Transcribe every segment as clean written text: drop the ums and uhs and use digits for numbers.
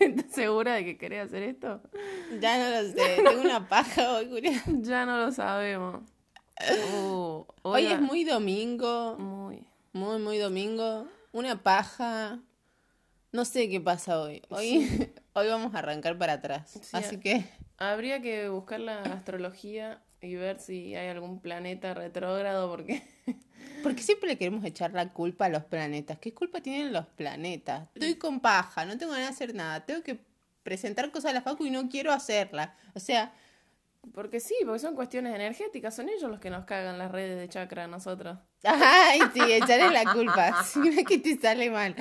¿Estás segura de que querés hacer esto? Ya no lo sé, tengo una paja hoy, Julia. Ya no lo sabemos. Hoy es Oiga, muy domingo, muy. muy domingo. Una paja. No sé qué pasa hoy. Hoy, Sí, hoy vamos a arrancar para atrás. sí. Así que, Habría que buscar la astrología y ver si hay algún planeta retrógrado, porque ¿por qué siempre le queremos echar la culpa a los planetas? ¿Qué culpa tienen los planetas? Estoy con paja, no tengo ganas de hacer nada. Tengo que presentar cosas a la facu y no quiero hacerla. O sea, porque sí, porque son cuestiones energéticas, son ellos los que nos cagan las redes de chakra a nosotros. ay, sí, echarle la culpa. Si no es que te sale mal.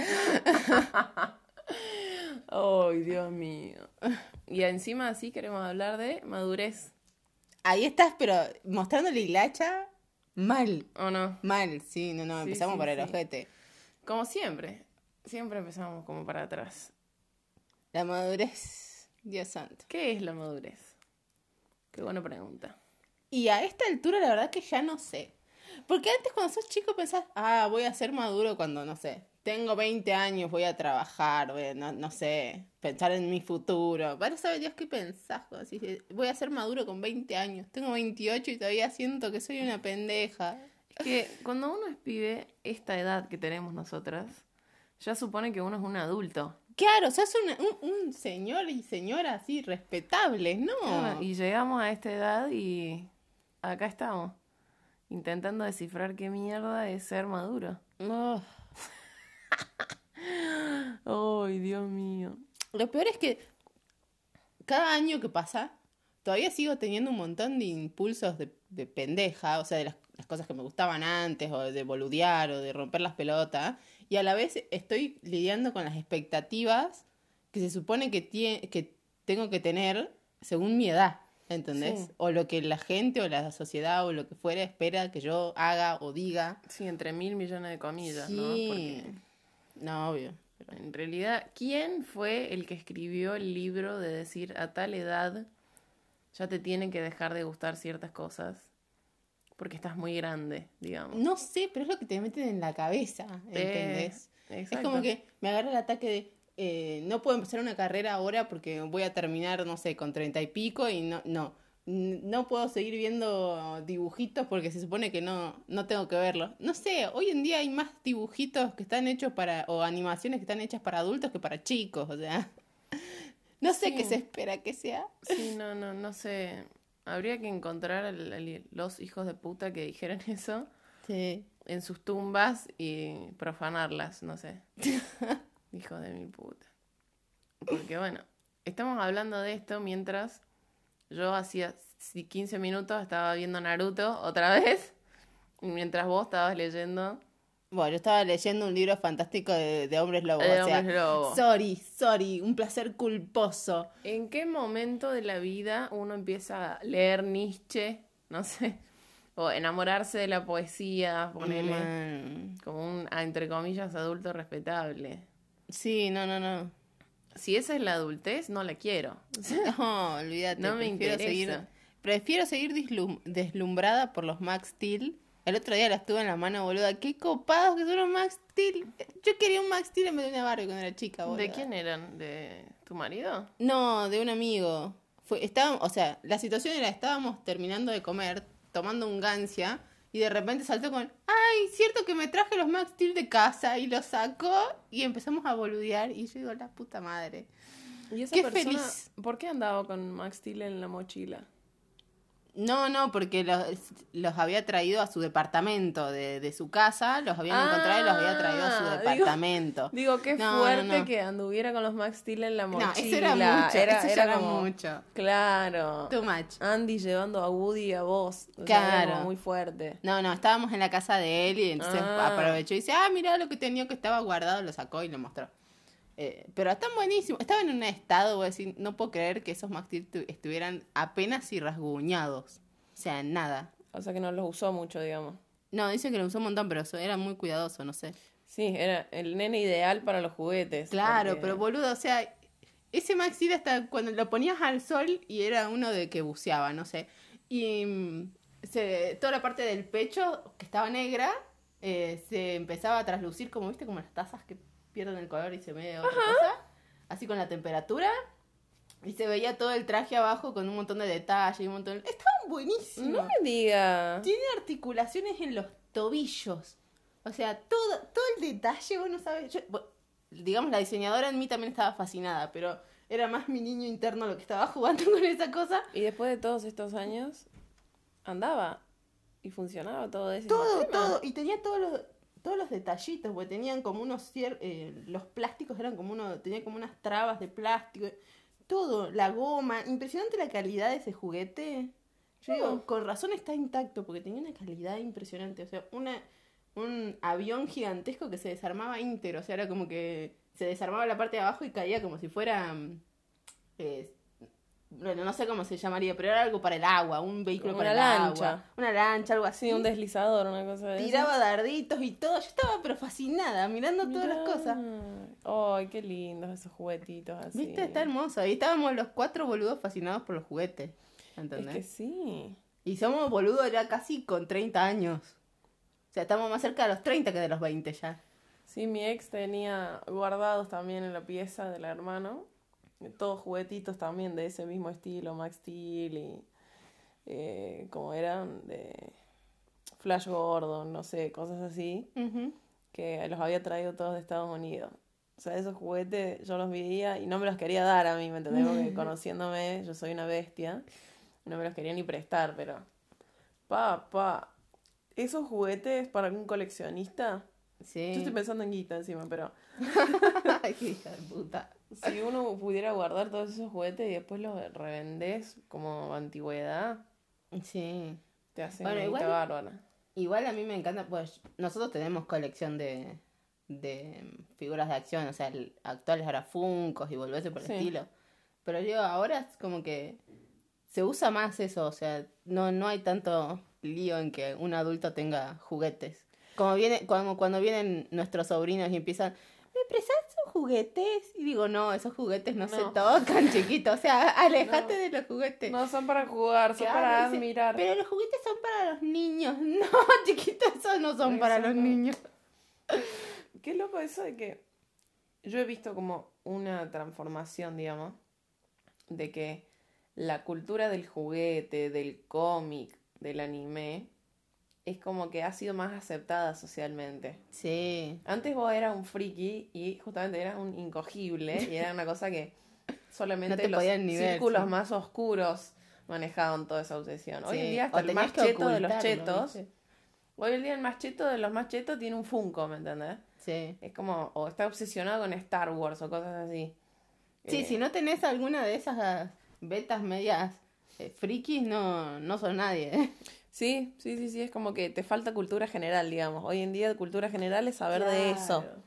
Ay, Dios mío. Y encima sí queremos hablar de madurez, Ahí estás, pero mostrándole hilacha, mal. ¿o no? Mal, sí, no, Sí, empezamos sí, por el sí. ojete. Como siempre. Siempre empezamos como para atrás. La madurez, Dios santo. ¿Qué es la madurez? Qué buena pregunta. Y a esta altura la verdad que ya no sé. Porque antes cuando sos chico pensás, voy a ser maduro cuando, no sé, tengo 20 años, voy a trabajar, no sé, pensar en mi futuro. Para saber Dios qué pensás, cuando decís, voy a ser maduro con 20 años. Tengo 28 y todavía siento que soy una pendeja. Es que cuando uno es pibe, esta edad que tenemos nosotras, ya supone que uno es un adulto. Claro, sos un señor y señora así respetables, Claro, ¿no? y llegamos a esta edad y acá estamos, intentando descifrar qué mierda es ser maduro. No. Ay, Dios mío. Lo peor es que cada año que pasa, todavía sigo teniendo un montón de impulsos de pendeja, o sea, de las cosas que me gustaban antes, o de boludear, o de romper las pelotas, y a la vez estoy lidiando con las expectativas que se supone que tengo que tener según mi edad, ¿entendés? Sí, O lo que la gente o la sociedad o lo que fuera espera que yo haga o diga. sí, entre 1.000 millones de comillas, ¿no? Sí, Porque no, obvio. Pero... en realidad, ¿quién fue el que escribió el libro de decir a tal edad ya te tienen que dejar de gustar ciertas cosas? Porque estás muy grande, digamos. No sé, pero es lo que te meten en la cabeza, ¿entendés? Es como Exacto. que me agarra el ataque de no puedo empezar una carrera ahora porque voy a terminar, no sé, con 30 y pico y no puedo seguir viendo dibujitos porque se supone que no tengo que verlos. No sé, hoy en día hay más dibujitos que están hechos o animaciones que están hechas para adultos que para chicos, o sea, no sé qué se Sí, espera que sea. sí, no sé. Habría que encontrar los hijos de puta que dijeron eso Sí. en sus tumbas y profanarlas, no sé. Hijos de mi puta. Porque bueno, estamos hablando de esto mientras yo hacía 15 minutos estaba viendo Naruto otra vez, y mientras vos estabas leyendo Bueno, yo estaba leyendo un libro fantástico de hombres lobos, o Hombres sea, Lobo. sorry, un placer culposo. ¿En qué momento de la vida uno empieza a leer Nietzsche? No sé. O enamorarse de la poesía, ponele, como un, entre comillas, adulto respetable. Sí, no. Si esa es la adultez, no la quiero. No, olvídate, No me interesa. prefiero seguir deslumbrada por los Max Steel. El otro día las tuve en la mano, boluda. Qué copados que son los Max Steel. Yo quería un Max Steel en vez de una Barbie cuando era chica, ¿De boluda. quién eran? ¿De tu marido? No, de un amigo. O sea, la situación era, estábamos terminando de comer, tomando un gancia, y de repente saltó con, ay, cierto que me traje los Max Steel de casa, y los sacó, y empezamos a boludear, y yo digo, la puta madre. ¿Y esa Qué persona, feliz. por qué andaba con Max Steel en la mochila? No, porque los había traído a su departamento de su casa, los habían encontrado y los había traído a su Digo, departamento. digo, qué No, fuerte no. que anduviera con los Max Steel en la No, eso mochila. era mucho, eso ya era como, mucho. claro, Too much. Andy llevando a Woody y a vos. O sea, era como Claro. muy fuerte. No, estábamos en la casa de él y entonces Ah, aprovechó y dice, mira lo que tenía que estaba guardado, lo sacó y lo mostró. Pero están buenísimos. Estaba en un estado, voy a decir, no puedo creer que esos Max Steel estuvieran apenas y rasguñados. O sea, nada. o sea que no los usó mucho, digamos. No, dice que lo usó un montón, pero era muy cuidadoso, no sé. Sí, era el nene ideal para los juguetes. Claro, Porque... pero boludo, o sea, ese Max Steel hasta cuando lo ponías al sol y era uno de que buceaba, no sé. Y toda la parte del pecho, que estaba negra, se empezaba a traslucir, como viste, como las tazas que pierden el color y se ve otra cosa. así con la temperatura. Y se veía todo el traje abajo con un montón de detalles y un montón... Estaban buenísimos. No me diga. Tiene articulaciones en los tobillos. O sea, todo el detalle, vos no sabes... digamos, la diseñadora en mí también estaba fascinada, pero era más mi niño interno lo que estaba jugando con esa cosa. Y después de todos estos años, andaba y funcionaba todo ese Todo, sistema. todo. Y tenía todos los detallitos, porque tenían como unos... los plásticos eran como tenía como unas trabas de plástico. Todo, la goma. Impresionante la calidad de ese juguete. Yo digo, con razón está intacto, porque tenía una calidad impresionante. O sea, un avión gigantesco que se desarmaba íntegro. O sea, era como que se desarmaba la parte de abajo y caía como si fuera... bueno, no sé cómo se llamaría, pero era algo para el agua, un vehículo Como para una el lancha. agua. Una lancha, algo así. Sí, un deslizador, una cosa de Tiraba darditos y todo. Yo estaba pero fascinada mirando esas. todas las Mirá. cosas. Ay, qué lindos esos juguetitos así. ¿Viste? Está hermoso. Y estábamos los 4 boludos fascinados por los juguetes. ¿Entendés? Es que sí. Y somos boludos ya casi con 30 años. O sea, estamos más cerca de los 30 que de los 20 ya. Sí, mi ex tenía guardados también en la pieza del hermano. Todos juguetitos también de ese mismo estilo, Max Steel y como eran de Flash Gordon, no sé, cosas así, que los había traído todos de Estados Unidos. O sea, esos juguetes yo los veía y no me los quería dar a mí, ¿me entendés? Porque conociéndome, yo soy una bestia, no me los quería ni prestar, pero... Papá, esos juguetes para un coleccionista... Sí. Yo estoy pensando en guita encima, pero... Ay, qué hija de puta. Si uno pudiera guardar todos esos juguetes y después los revendés como antigüedad, Sí. te hace Bueno, una guita igual- bárbara. Igual a mí me encanta, pues nosotros tenemos colección de figuras de acción, o sea, actuales ahora Funkos y volverse por el Sí. estilo. Pero yo ahora es como que se usa más eso, o sea, no hay tanto lío en que un adulto tenga juguetes. Cuando vienen nuestros sobrinos y empiezan, ¿me prestas sus juguetes? Y digo, no, esos juguetes no, se No. tocan, chiquito, o sea, alejate No. de los juguetes. No son para jugar, son Claro, para dice, admirar. pero los juguetes son para los niños. No, chiquito, esos no son Eso para los no. niños. Qué loco eso de que yo he visto como una transformación, digamos, de que la cultura del juguete, del cómic, del anime, es como que ha sido más aceptada socialmente. Sí. Antes vos eras un friki y justamente eras un incogible y era una cosa que No solamente te los podían ni ver, círculos sí. más oscuros manejaban toda esa obsesión. Hoy en Sí, día hasta o el tenías más que cheto de los ocultarlo, chetos, ¿viste? hoy en día el más cheto de los más chetos tiene un Funko, ¿me entendés? Sí. Es como, o está obsesionado con Star Wars o cosas así. Sí, si no tenés alguna de esas betas medias frikis, no son nadie. Sí, es como que te falta cultura general, digamos. Hoy en día cultura general es saber de eso. Claro.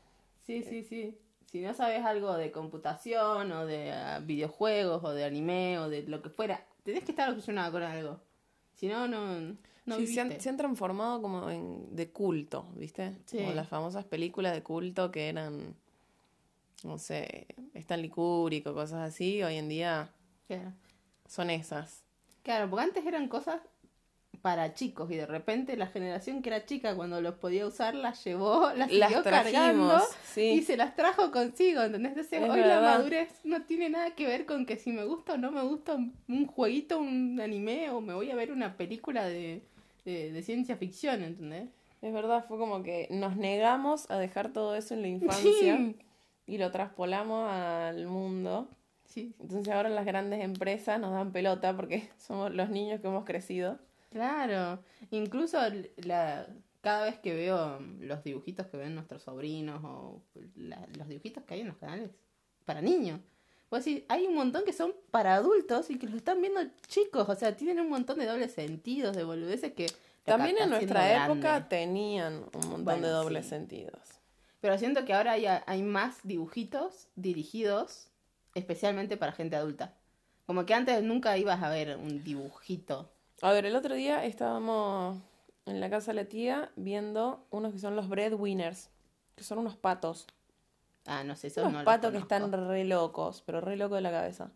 Sí. Si no sabes algo de computación o de videojuegos o de anime o de lo que fuera, tenés que estar obsesionado con algo. Si no, no Sí, se viviste. han transformado como de culto, ¿viste? Sí. Como las famosas películas de culto que eran, no sé, Stanley Kubrick o cosas así. Hoy en día Claro. son esas. Claro, porque antes eran cosas para chicos y de repente la generación que era chica cuando los podía usar las llevó, las siguió cargando trajimos, sí. y se las trajo consigo, ¿entendés? Entonces Es hoy la verdad. madurez no tiene nada que ver con que si me gusta o no me gusta un jueguito, un anime o me voy a ver una película de ciencia ficción, ¿entendés? Es verdad, fue como que nos negamos a dejar todo eso en la infancia Sí. y lo traspolamos al mundo. Sí, Entonces ahora las grandes empresas nos dan pelota porque somos los niños que hemos crecido. claro. Incluso cada vez que veo los dibujitos que ven nuestros sobrinos o los dibujitos que hay en los canales para niños, pues sí, hay un montón que son para adultos y que lo están viendo chicos, o sea, tienen un montón de dobles sentidos, de boludeces que lo También en captás nuestra siendo época grande. tenían un montón Bueno, de dobles sí. sentidos. Pero siento que ahora hay más dibujitos dirigidos especialmente para gente adulta. Como que antes nunca ibas a ver un dibujito. A ver, el otro día estábamos en la casa de la tía viendo unos que son los breadwinners, que son unos patos. Ah, no sé, eso Unos no lo patos que conozco. están re locos, pero re locos de la cabeza.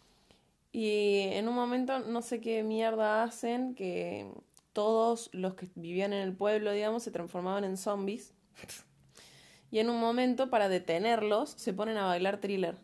Y en un momento no sé qué mierda hacen, que todos los que vivían en el pueblo, digamos, se transformaban en zombies. y en un momento, para detenerlos, se ponen a bailar Thriller.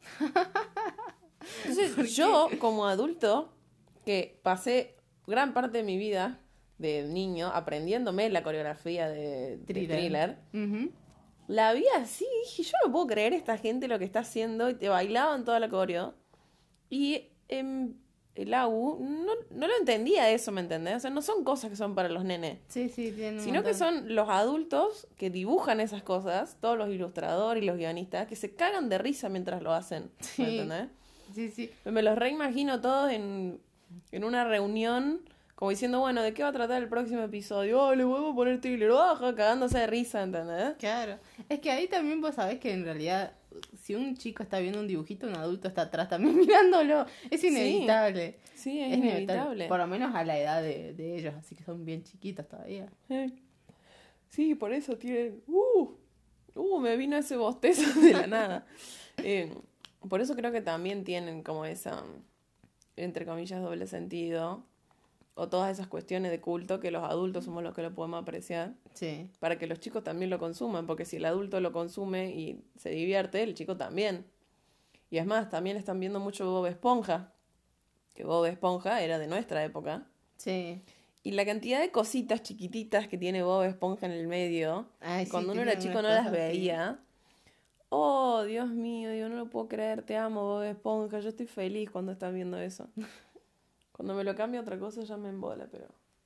Entonces, yo, como adulto, que pasé gran parte de mi vida de niño aprendiéndome la coreografía de Thriller, Ujú. la vi así y dije, yo no puedo creer esta gente lo que está haciendo, y te bailaban toda la coreo. Y el AU no lo entendía eso, ¿me entendés? O sea, no son cosas que son para los nenes, Sí, tienen un sino que montón. son los adultos que dibujan esas cosas, todos los ilustradores y los guionistas, que se cagan de risa mientras lo hacen, ¿me Sí, entendés? sí. Me los reimagino todos en una reunión, como diciendo, bueno, ¿de qué va a tratar el próximo episodio? Oh, le vuelvo a poner Thriller, baja, cagándose de risa, ¿entendés? Claro. Es que ahí también vos sabés que en realidad, si un chico está viendo un dibujito, un adulto está atrás también mirándolo. Es inevitable. Sí, es inevitable. inevitable. Por lo menos a la edad de ellos, así que son bien chiquitos todavía. Sí, por eso tienen... me vino ese bostezo de la nada. Por eso creo que también tienen como esa, entre comillas, doble sentido. O todas esas cuestiones de culto que los adultos somos los que lo podemos apreciar. Sí. Para que los chicos también lo consuman. Porque si el adulto lo consume y se divierte, el chico también. Y es más, también están viendo mucho Bob Esponja. Que Bob Esponja era de nuestra época. Sí. Y la cantidad de cositas chiquititas que tiene Bob Esponja en el medio, Ay, sí, cuando uno tienen era chico unas no las cosas así. veía. Oh, Dios mío, digo, no lo puedo creer, te amo, Bob Esponja. Yo estoy feliz cuando estás viendo eso. Cuando me lo cambia otra cosa ya me embola, pero...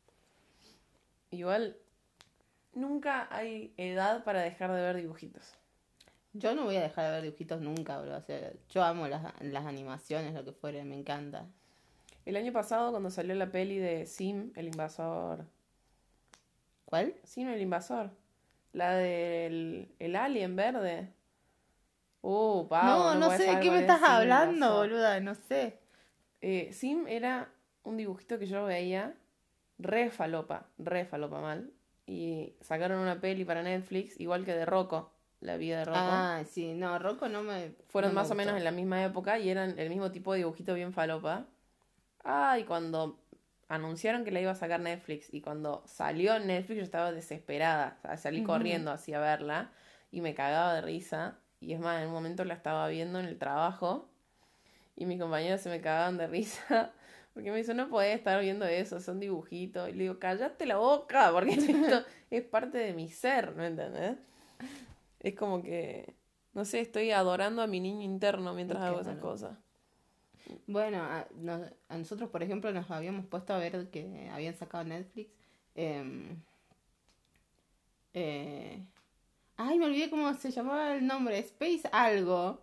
Igual, nunca hay edad para dejar de ver dibujitos. Yo no voy a dejar de ver dibujitos nunca, bro. O sea, yo amo las animaciones, lo que fuera, me encanta. El año pasado, cuando salió la peli de Sim, el invasor... ¿Cuál? Sim, el invasor. La del el alien verde. Pavo, No, no no puedes sé de saber qué me cuál es estás Sim el hablando, invasor. boluda, no sé. Sim era un dibujito que yo veía re falopa mal. Y sacaron una peli para Netflix, igual que de Rocco, la vida de Rocco. Ah, sí, no, Rocco no Fueron me más o menos gustó. en la misma época y eran el mismo tipo de dibujito bien falopa. Y cuando anunciaron que la iba a sacar Netflix y cuando salió en Netflix yo estaba desesperada. O sea, salí Ujú. corriendo así a verla y me cagaba de risa. Y es más, en un momento la estaba viendo en el trabajo y mis compañeros se me cagaban de risa porque me dicen, no podés estar viendo eso, son dibujitos. Y le digo, cállate la boca, porque esto es parte de mi ser, ¿no entendés? Es como que, no sé, estoy adorando a mi niño interno mientras hago esas Claro. cosas. Bueno, a nosotros, por ejemplo, nos habíamos puesto a ver que habían sacado Netflix. em, eh, Ay, me olvidé cómo se llamaba el nombre. Space algo.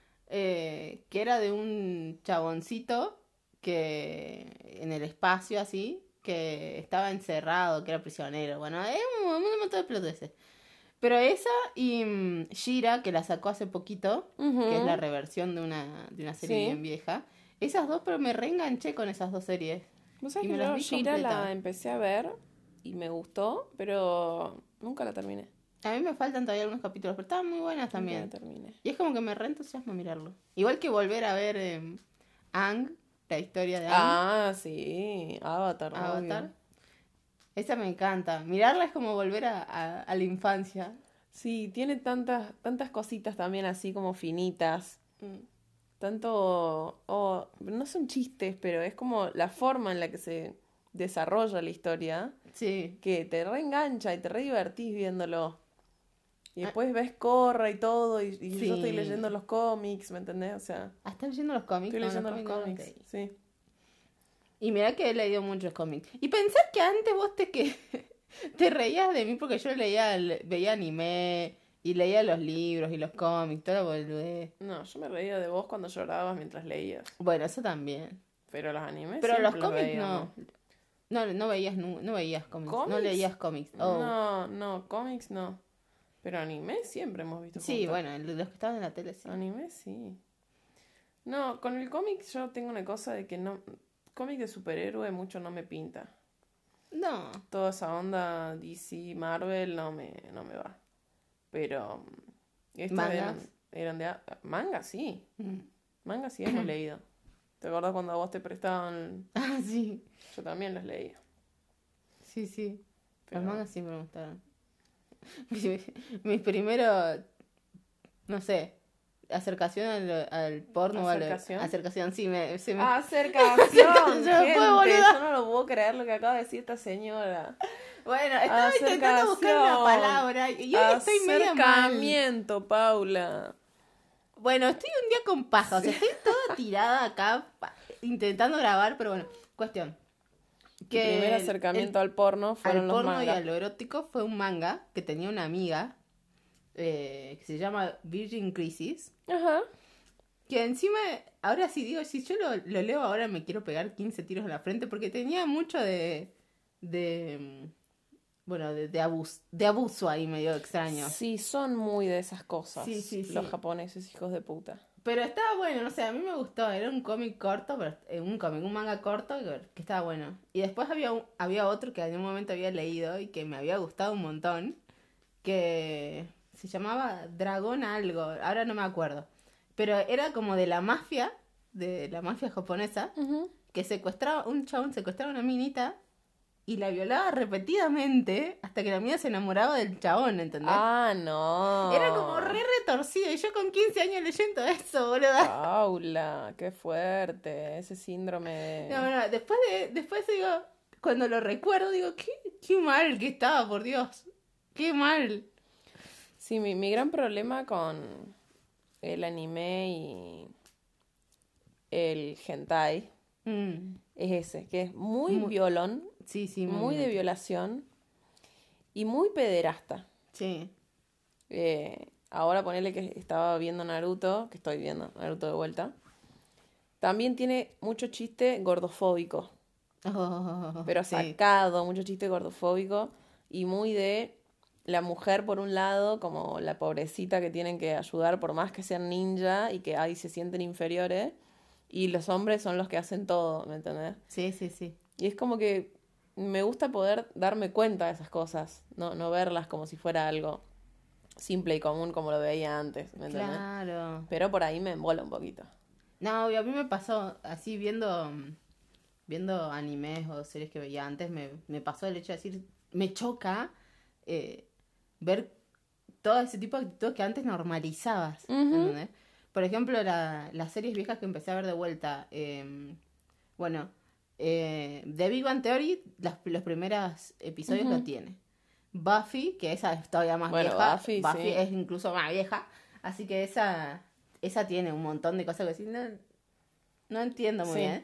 Que era de un chaboncito que en el espacio así, que estaba encerrado, que era prisionero. Bueno, es un montón de pelotudeces. Pero esa y Shira, que la sacó hace poquito, que es la Ujú, reversión de una serie bien sí. vieja. Esas dos, pero me reenganché con esas dos series. Vos sabés Y que me las yo vi Shira completas. la empecé a ver y me gustó, pero nunca la terminé. A mí me faltan todavía algunos capítulos, pero estaban muy buenas Nunca la también. terminé. Y es como que me reentusiasma mirarlo. Igual que volver a ver Aang, la historia de Aang, Sí, Avatar, obvio. Avatar. Esa me encanta. Mirarla es como volver a la infancia. Sí, tiene tantas cositas también así como finitas. Mm. Tanto, no son chistes, pero es como la forma en la que se desarrolla la historia Sí. que te reengancha y te re divertís viéndolo. Y Ah, después ves Corra y todo, y yo estoy sí. leyendo los cómics, ¿me entendés? O sea, Ah, ¿estás leyendo los cómics? estoy No, los leyendo los cómics no los cómics, leí. sí. Y mira que he leído muchos cómics. Y pensar que antes vos te reías de mí porque yo veía anime y leía los libros y los cómics, todo boludez. No, yo me reía de vos cuando llorabas mientras leías. Bueno, eso también. Pero los animes Pero los siempre los cómics veíamos. no. No veías, no veías cómics. No ¿Cómics? leías cómics. Oh. No, cómics no. Pero anime siempre hemos visto Sí, juntos. bueno, los que estaban en la tele sí. Anime sí. No, con el cómic yo tengo una cosa de que no... Cómic de superhéroe mucho no me pinta. No. Toda esa onda DC, Marvel no me va. Pero estos ¿Mangas? eran de... Manga sí. Mm. Manga sí hemos leído. ¿Te acordás cuando a vos te prestaban? Ah, sí. Yo también los leía. Sí. Los Pero mangas siempre me gustaron. Mi primero, no sé, acercación al porno. ¿Acercación? Acercación, sí, Acercación, Yo gente, puedo, boluda. yo no lo puedo creer lo que acaba de decir esta señora. Bueno, estaba intentando buscar una palabra y hoy estoy media mal. Acercamiento, Paula. Bueno, estoy un día con paja, o sea, estoy toda tirada acá intentando grabar, pero bueno, cuestión. El primer acercamiento al porno fueron al los porno y mangas. a lo erótico fue un manga que tenía una amiga que se llama Virgin Crisis, Ajá. que encima, ahora sí digo, si yo lo leo ahora me quiero pegar 15 tiros en la frente porque tenía mucho bueno, de abuso ahí medio extraño. Sí, son muy de esas cosas. Sí. Los japoneses, hijos de puta. Pero estaba bueno, no sé, a mí me gustó. Era un cómic corto, pero un manga corto que estaba bueno. Y después había otro que en un momento había leído y que me había gustado un montón, que se llamaba Dragón algo, ahora no me acuerdo. Pero era como de la mafia japonesa, que un chabón secuestraba a una minita y la violaba repetidamente hasta que la mina se enamoraba del chabón, ¿entendés? Ah, no. Era como re retorcido y yo con 15 años leyendo eso, boludo. Paula, qué fuerte. Ese síndrome. No, después digo, cuando lo recuerdo, digo, qué mal que estaba, por Dios. Qué mal. Sí, mi gran problema con el anime y el hentai es ese, que es muy violón, Sí, muy de violación y muy pederasta. Sí. Ahora ponele que estaba viendo Naruto, que estoy viendo Naruto de vuelta. También tiene mucho chiste gordofóbico, pero sí. sacado, mucho chiste gordofóbico y muy de la mujer por un lado, como la pobrecita que tienen que ayudar por más que sean ninja y que ahí se sienten inferiores, y los hombres son los que hacen todo, ¿me entendés? Sí. Y es como que me gusta poder darme cuenta de esas cosas, no verlas como si fuera algo simple y común como lo veía antes, ¿me entendés? Claro. Pero por ahí me embola un poquito. No, y a mí me pasó así viendo animes o series que veía antes, me pasó el hecho de decir, me choca ver todo ese tipo de actitudes que antes normalizabas, ¿entendés? Por ejemplo, las series viejas que empecé a ver de vuelta, bueno, The Big Bang Theory, los primeros episodios lo tiene. Buffy, que esa es todavía más vieja. Buffy sí. Es incluso más vieja. Así que esa tiene un montón de cosas que decir. No entiendo muy bien.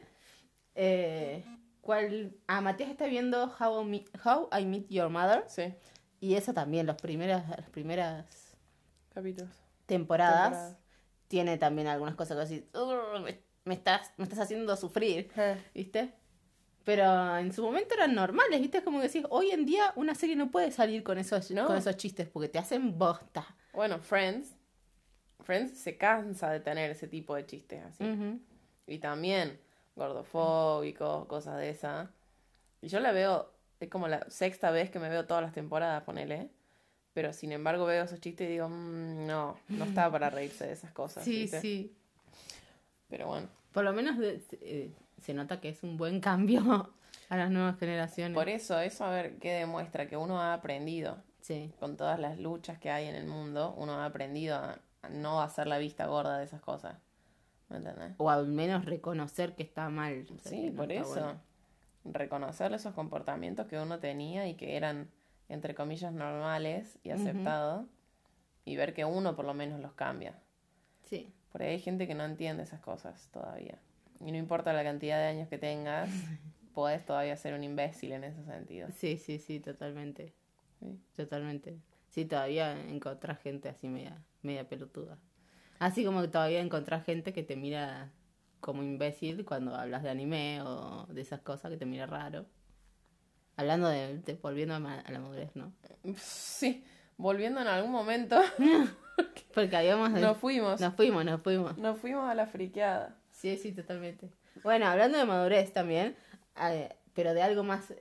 Matías está viendo How I Met Your Mother. Sí. Y esa también, las primeras Capítulos. temporadas tiene también algunas cosas que decir, me estás haciendo sufrir, ¿viste? Pero en su momento eran normales, ¿viste? Es como que decís, hoy en día una serie no puede salir con esos chistes porque te hacen bosta. Bueno, Friends se cansa de tener ese tipo de chistes así. Y también gordofóbicos, cosas de esa. Y yo la veo, es como la sexta vez que me veo todas las temporadas, ponele. Pero sin embargo veo esos chistes y digo, no está para reírse de esas cosas. Sí, ¿viste? sí. Pero bueno. Por lo menos se nota que es un buen cambio a las nuevas generaciones. Por eso a ver qué demuestra que uno ha aprendido. Sí. Con todas las luchas que hay en el mundo, uno ha aprendido a no hacer la vista gorda de esas cosas. ¿Me entendés? O al menos reconocer que está mal. O sea, Sí, no por está eso. bueno. Reconocer esos comportamientos que uno tenía y que eran, entre comillas, normales y aceptados. Y ver que uno por lo menos los cambia. Sí. Por ahí hay gente que no entiende esas cosas todavía. Y no importa la cantidad de años que tengas, podés todavía ser un imbécil en ese sentido. Sí, totalmente. Sí. Totalmente. Sí, todavía encontrás gente así media pelotuda. Así como que todavía encontrás gente que te mira como imbécil cuando hablas de anime o de esas cosas, que te mira raro. Hablando de volviendo a la madurez, ¿no? Sí, volviendo en algún momento. Porque habíamos... Nos fuimos. Nos fuimos. Nos fuimos a la friqueada. Sí, totalmente. Bueno, hablando de madurez también, pero de algo más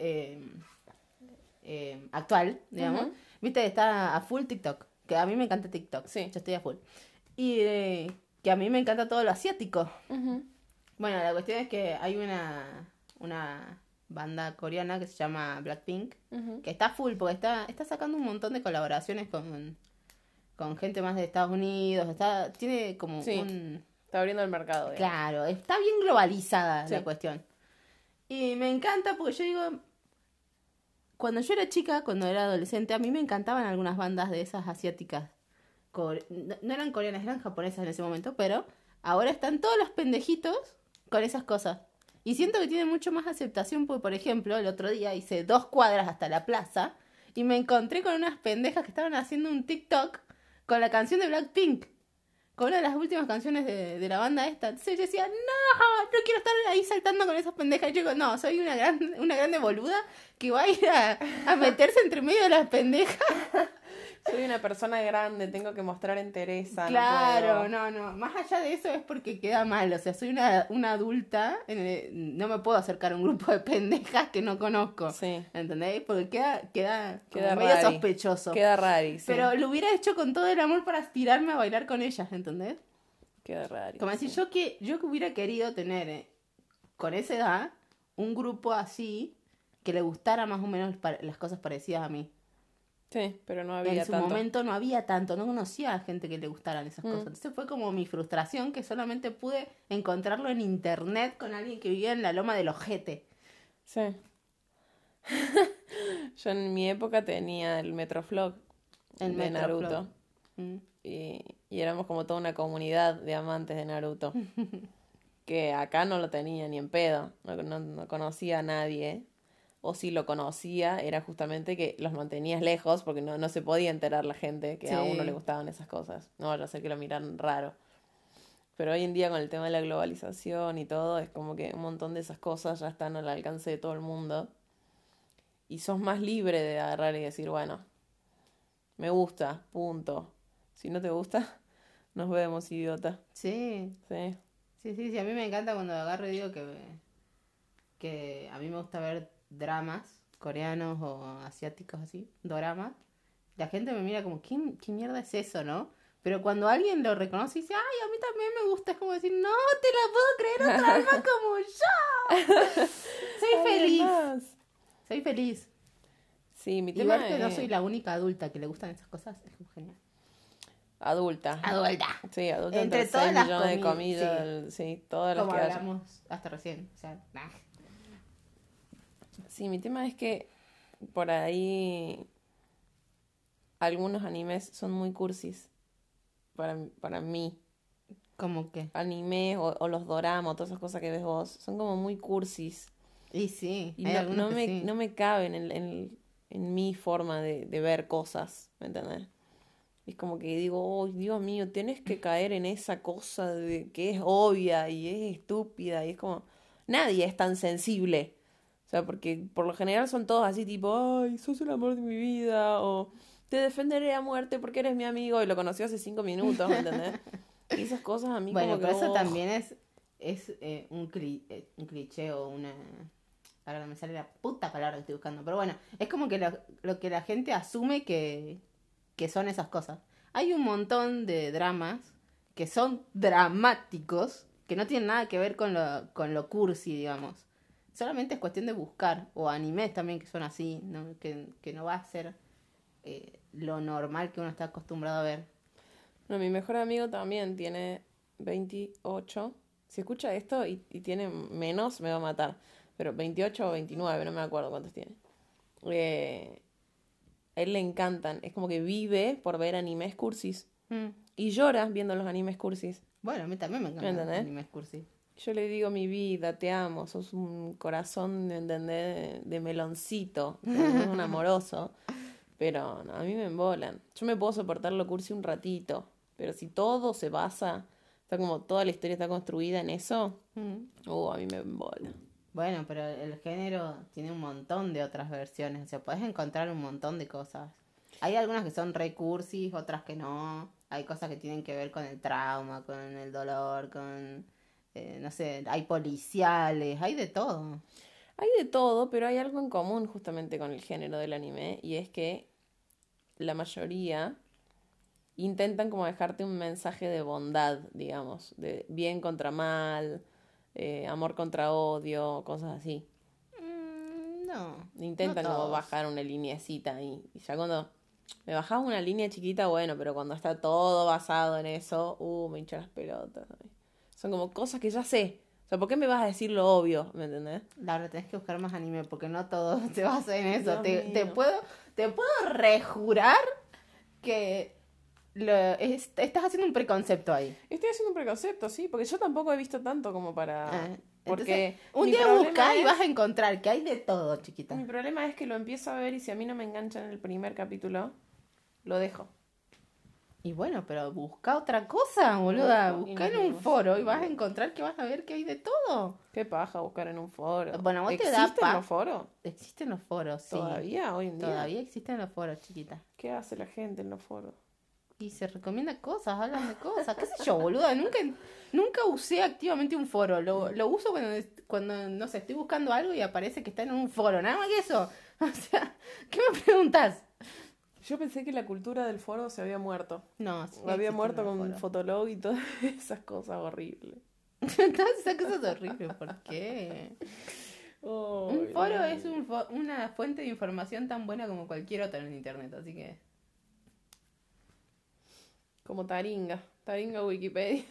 actual, digamos. Viste, está a full TikTok, que a mí me encanta TikTok. Sí. Yo estoy a full. Y que a mí me encanta todo lo asiático. Bueno, la cuestión es que hay una banda coreana que se llama Blackpink, Ujú. que está full, porque está sacando un montón de colaboraciones con gente más de Estados Unidos, tiene como Sí, está abriendo el mercado, digamos. Claro, está bien globalizada la Sí, cuestión. Y me encanta porque yo digo, cuando yo era chica, cuando era adolescente, a mí me encantaban algunas bandas de esas asiáticas. No eran coreanas, eran japonesas en ese momento, pero ahora están todos los pendejitos con esas cosas. Y siento que tienen mucho más aceptación, porque por ejemplo, el otro día hice 2 cuadras hasta la plaza y me encontré con unas pendejas que estaban haciendo un TikTok con la canción de Blackpink, con una de las últimas canciones de la banda esta. Entonces yo decía, no quiero estar ahí saltando con esas pendejas. Y yo digo, no, soy una grande boluda que va a ir a meterse entre medio de las pendejas. soy una persona grande, tengo que mostrar entereza, Claro, no puedo. no. Más allá de eso es porque queda mal. O sea, soy una adulta, no me puedo acercar a un grupo de pendejas que no conozco. Sí, ¿Entendés? Porque queda como queda medio rari. sospechoso. Queda rari, sí. Pero lo hubiera hecho con todo el amor para tirarme a bailar con ellas, ¿entendés? Queda rari. Como decir, Sí. yo que hubiera querido tener con esa edad un grupo así que le gustara más o menos las cosas parecidas a mí. Sí, pero no En había su tanto. momento no había tanto, no conocía a gente que le gustaran esas Mm. cosas. Entonces fue como mi frustración que solamente pude encontrarlo en internet con alguien que vivía en la loma del ojete. Sí. Yo en mi época tenía el Metroflog El de Metroflog. Naruto. Mm. Y éramos como toda una comunidad de amantes de Naruto. Que acá no lo tenía ni en pedo. No conocía a nadie. O si lo conocía, era justamente que los mantenías lejos porque no se podía enterar la gente que a uno le Sí. gustaban esas cosas. No vaya a ser que lo miran raro. Pero hoy en día con el tema de la globalización y todo, es como que un montón de esas cosas ya están al alcance de todo el mundo. Y sos más libre de agarrar y decir, bueno, me gusta, punto. Si no te gusta, nos vemos, idiota. Sí, Sí, sí. A mí me encanta cuando agarro y digo que a mí me gusta ver dramas coreanos o asiáticos así, doramas. La gente me mira como, ¿qué mierda es eso, no? Pero cuando alguien lo reconoce y dice, ay, a mí también me gusta, es como decir, no te la puedo creer otra alma como yo. Soy feliz, además. soy feliz. Sí, mi Y tema ver que no soy es la única adulta que le gustan esas cosas es como genial. adulta. Adulta. Sí, adulta Entre entre todas 6 las millones de comidas, comidas, sí, todas las como que haya. hablamos hasta recién. O sea, nah. Sí, mi tema es que por ahí algunos animes son muy cursis para mí. ¿Cómo que? Anime o los doramas, todas esas cosas que ves vos, son como muy cursis. Y sí, Y hay algunos que sí. no me caben en mi forma de ver cosas, ¿me entendés? Es como que digo, oh, Dios mío, tenés que caer en esa cosa de que es obvia y es estúpida y es como, nadie es tan sensible. O sea, porque por lo general son todos así tipo, ay, sos el amor de mi vida o te defenderé a muerte porque eres mi amigo y lo conocí hace 5 minutos, ¿me entendés? Y esas cosas a mí Bueno, como que, pero eso oh, también es un cliché o una... Ahora no me sale la puta palabra que estoy buscando. Pero bueno, es como que lo que la gente asume que son esas cosas. Hay un montón de dramas que son dramáticos, que no tienen nada que ver con lo cursi, digamos. Solamente es cuestión de buscar. O animes también que son así, ¿no? Que no va a ser lo normal que uno está acostumbrado a ver. no, mi mejor amigo también tiene 28. Si escucha esto y tiene menos, me va a matar. Pero 28 o 29, no me acuerdo cuántos tiene. A él le encantan. Es como que vive por ver animes cursis. Mm. Y llora viendo los animes cursis. Bueno, a mí también me ¿Me encantan los entendés? animes cursi. Yo le digo mi vida, te amo, sos un corazón, ¿me entendés? De meloncito. Es un amoroso. Pero no, a mí me embolan. Yo me puedo soportar lo cursi un ratito. Pero si todo se basa, está como toda la historia está construida en eso, a mí me embola. Bueno, pero el género tiene un montón de otras versiones. O sea, puedes encontrar un montón de cosas. Hay algunas que son re cursis, otras que no. Hay cosas que tienen que ver con el trauma, con el dolor, con... no sé, hay policiales, hay de todo. Hay de todo, pero hay algo en común justamente con el género del anime, y es que la mayoría intentan como dejarte un mensaje de bondad, digamos, de bien contra mal, amor contra odio, cosas así. No. Intentan no como todos. bajar una lineecita ahí. Y ya cuando me bajaba una línea chiquita, bueno, pero cuando está todo basado en eso, me hincha las pelotas. Son como cosas que ya sé. O sea, ¿por qué me vas a decir lo obvio? ¿Me entendés? Laura, tenés que buscar más anime porque no todo se basa en eso. Dios Te mío. puedo rejurar que estás haciendo un preconcepto ahí. Estoy haciendo un preconcepto, sí, porque yo tampoco he visto tanto como para... Porque Entonces, un mi día problema busca y es- vas a encontrar que hay de todo, chiquita. Mi problema es que lo empiezo a ver y si a mí no me engancha en el primer capítulo, lo dejo. Y bueno, pero busca otra cosa, boluda. Busco y Busca no en un lo foro y sé. vas a encontrar que vas a ver que hay de todo. Qué paja buscar en un foro. Bueno, vos te da ¿Existen los foros? Existen los foros, sí. ¿Todavía? ¿Hoy en día? Todavía existen los foros, chiquita. ¿Qué hace la gente en los foros? Y se recomienda cosas, hablan de cosas, qué sé yo, boluda. Nunca usé activamente un foro. Lo uso cuando, no sé, estoy buscando algo y aparece que está en un foro. Nada más que eso. O sea, ¿qué me preguntas? Yo pensé que la cultura del foro se había muerto. No, sí Había existen muerto los con foros. Fotolog y todas esas cosas horribles. Todas esas cosas horribles, ¿por qué? Un foro es una fuente de información tan buena como cualquier otra en internet, así que... Como Taringa. Taringa Wikipedia.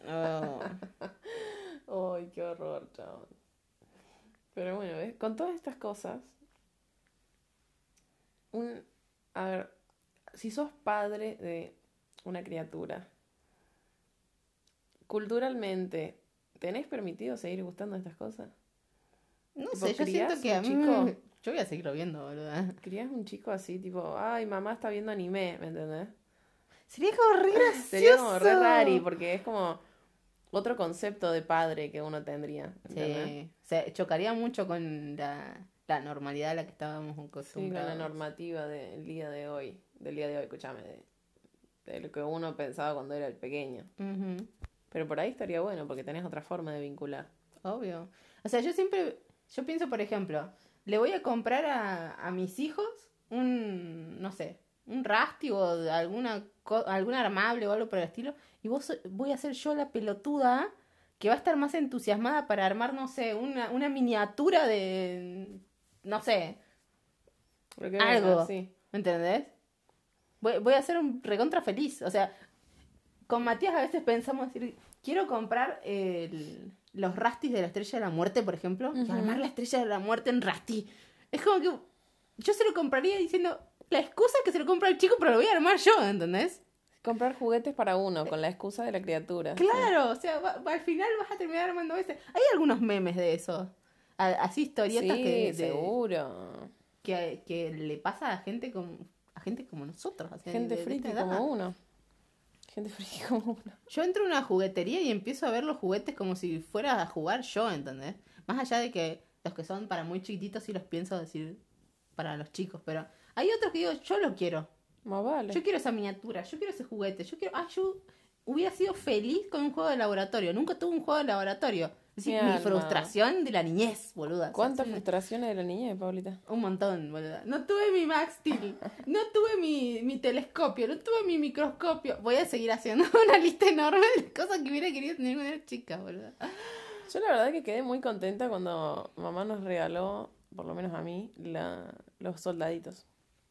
Oh. Ay, qué horror, chabón. Pero bueno, ¿ves? Con todas estas cosas, a ver, si sos padre de una criatura, culturalmente, ¿tenés permitido seguir gustando estas cosas? No Tipo, sé, yo siento ¿criás que a un mí... chico? Yo voy a seguirlo viendo, boluda. ¿Crías un chico así, tipo, ay, mamá está viendo anime, ¿me entendés? Sería como re Sería como re rari, gracioso. porque es como otro concepto de padre que uno tendría, ¿entendés? Sí, se chocaría mucho con la normalidad a la que estábamos Sí, con la acostumbrados. normativa del día de hoy, escúchame, de lo que uno pensaba cuando era el pequeño. Ujú, Pero por ahí estaría bueno, porque tenés otra forma de vincular. obvio. O sea, yo pienso, por ejemplo, le voy a comprar a mis hijos no sé, un Rasty o algún armable o algo por el estilo, y voy a ser yo la pelotuda que va a estar más entusiasmada para armar, no sé, una miniatura de, no sé, Lo que venga, algo, sí. ¿entendés? Voy a ser un recontra feliz, o sea, con Matías a veces pensamos decir, quiero comprar los Rastis de la Estrella de la Muerte, por ejemplo, y armar la Estrella de la Muerte en Rasty. Es como que yo se lo compraría diciendo, la excusa es que se lo compra el chico, pero lo voy a armar yo, ¿entendés? Comprar juguetes para uno, con la excusa de la criatura. Sí. Claro, o sea, al final vas a terminar armando ese. Hay algunos memes de eso, así historietas Sí, seguro. que le pasa a gente como nosotros, así, Gente de esta friki edad. como uno. Gente friki como uno. Yo entro a una juguetería y empiezo a ver los juguetes como si fuera a jugar yo, ¿entendés? Más allá de que los que son para muy chiquititos sí los pienso decir para los chicos, pero hay otros que digo, yo lo quiero. Más vale. Yo quiero esa miniatura, yo quiero ese juguete, yo hubiera sido feliz con un juego de laboratorio. Nunca tuve un juego de laboratorio. Es decir, Mi mi alma. frustración de la niñez, boluda. O sea, ¿Cuántas soy frustraciones de la niñez, Paulita? un montón, boluda. No tuve mi Max Steel, no tuve mi telescopio, no tuve mi microscopio. Voy a seguir haciendo una lista enorme de cosas que hubiera querido tener cuando era chica, boluda. Yo la verdad que quedé muy contenta cuando mamá nos regaló, por lo menos a mí, los soldaditos.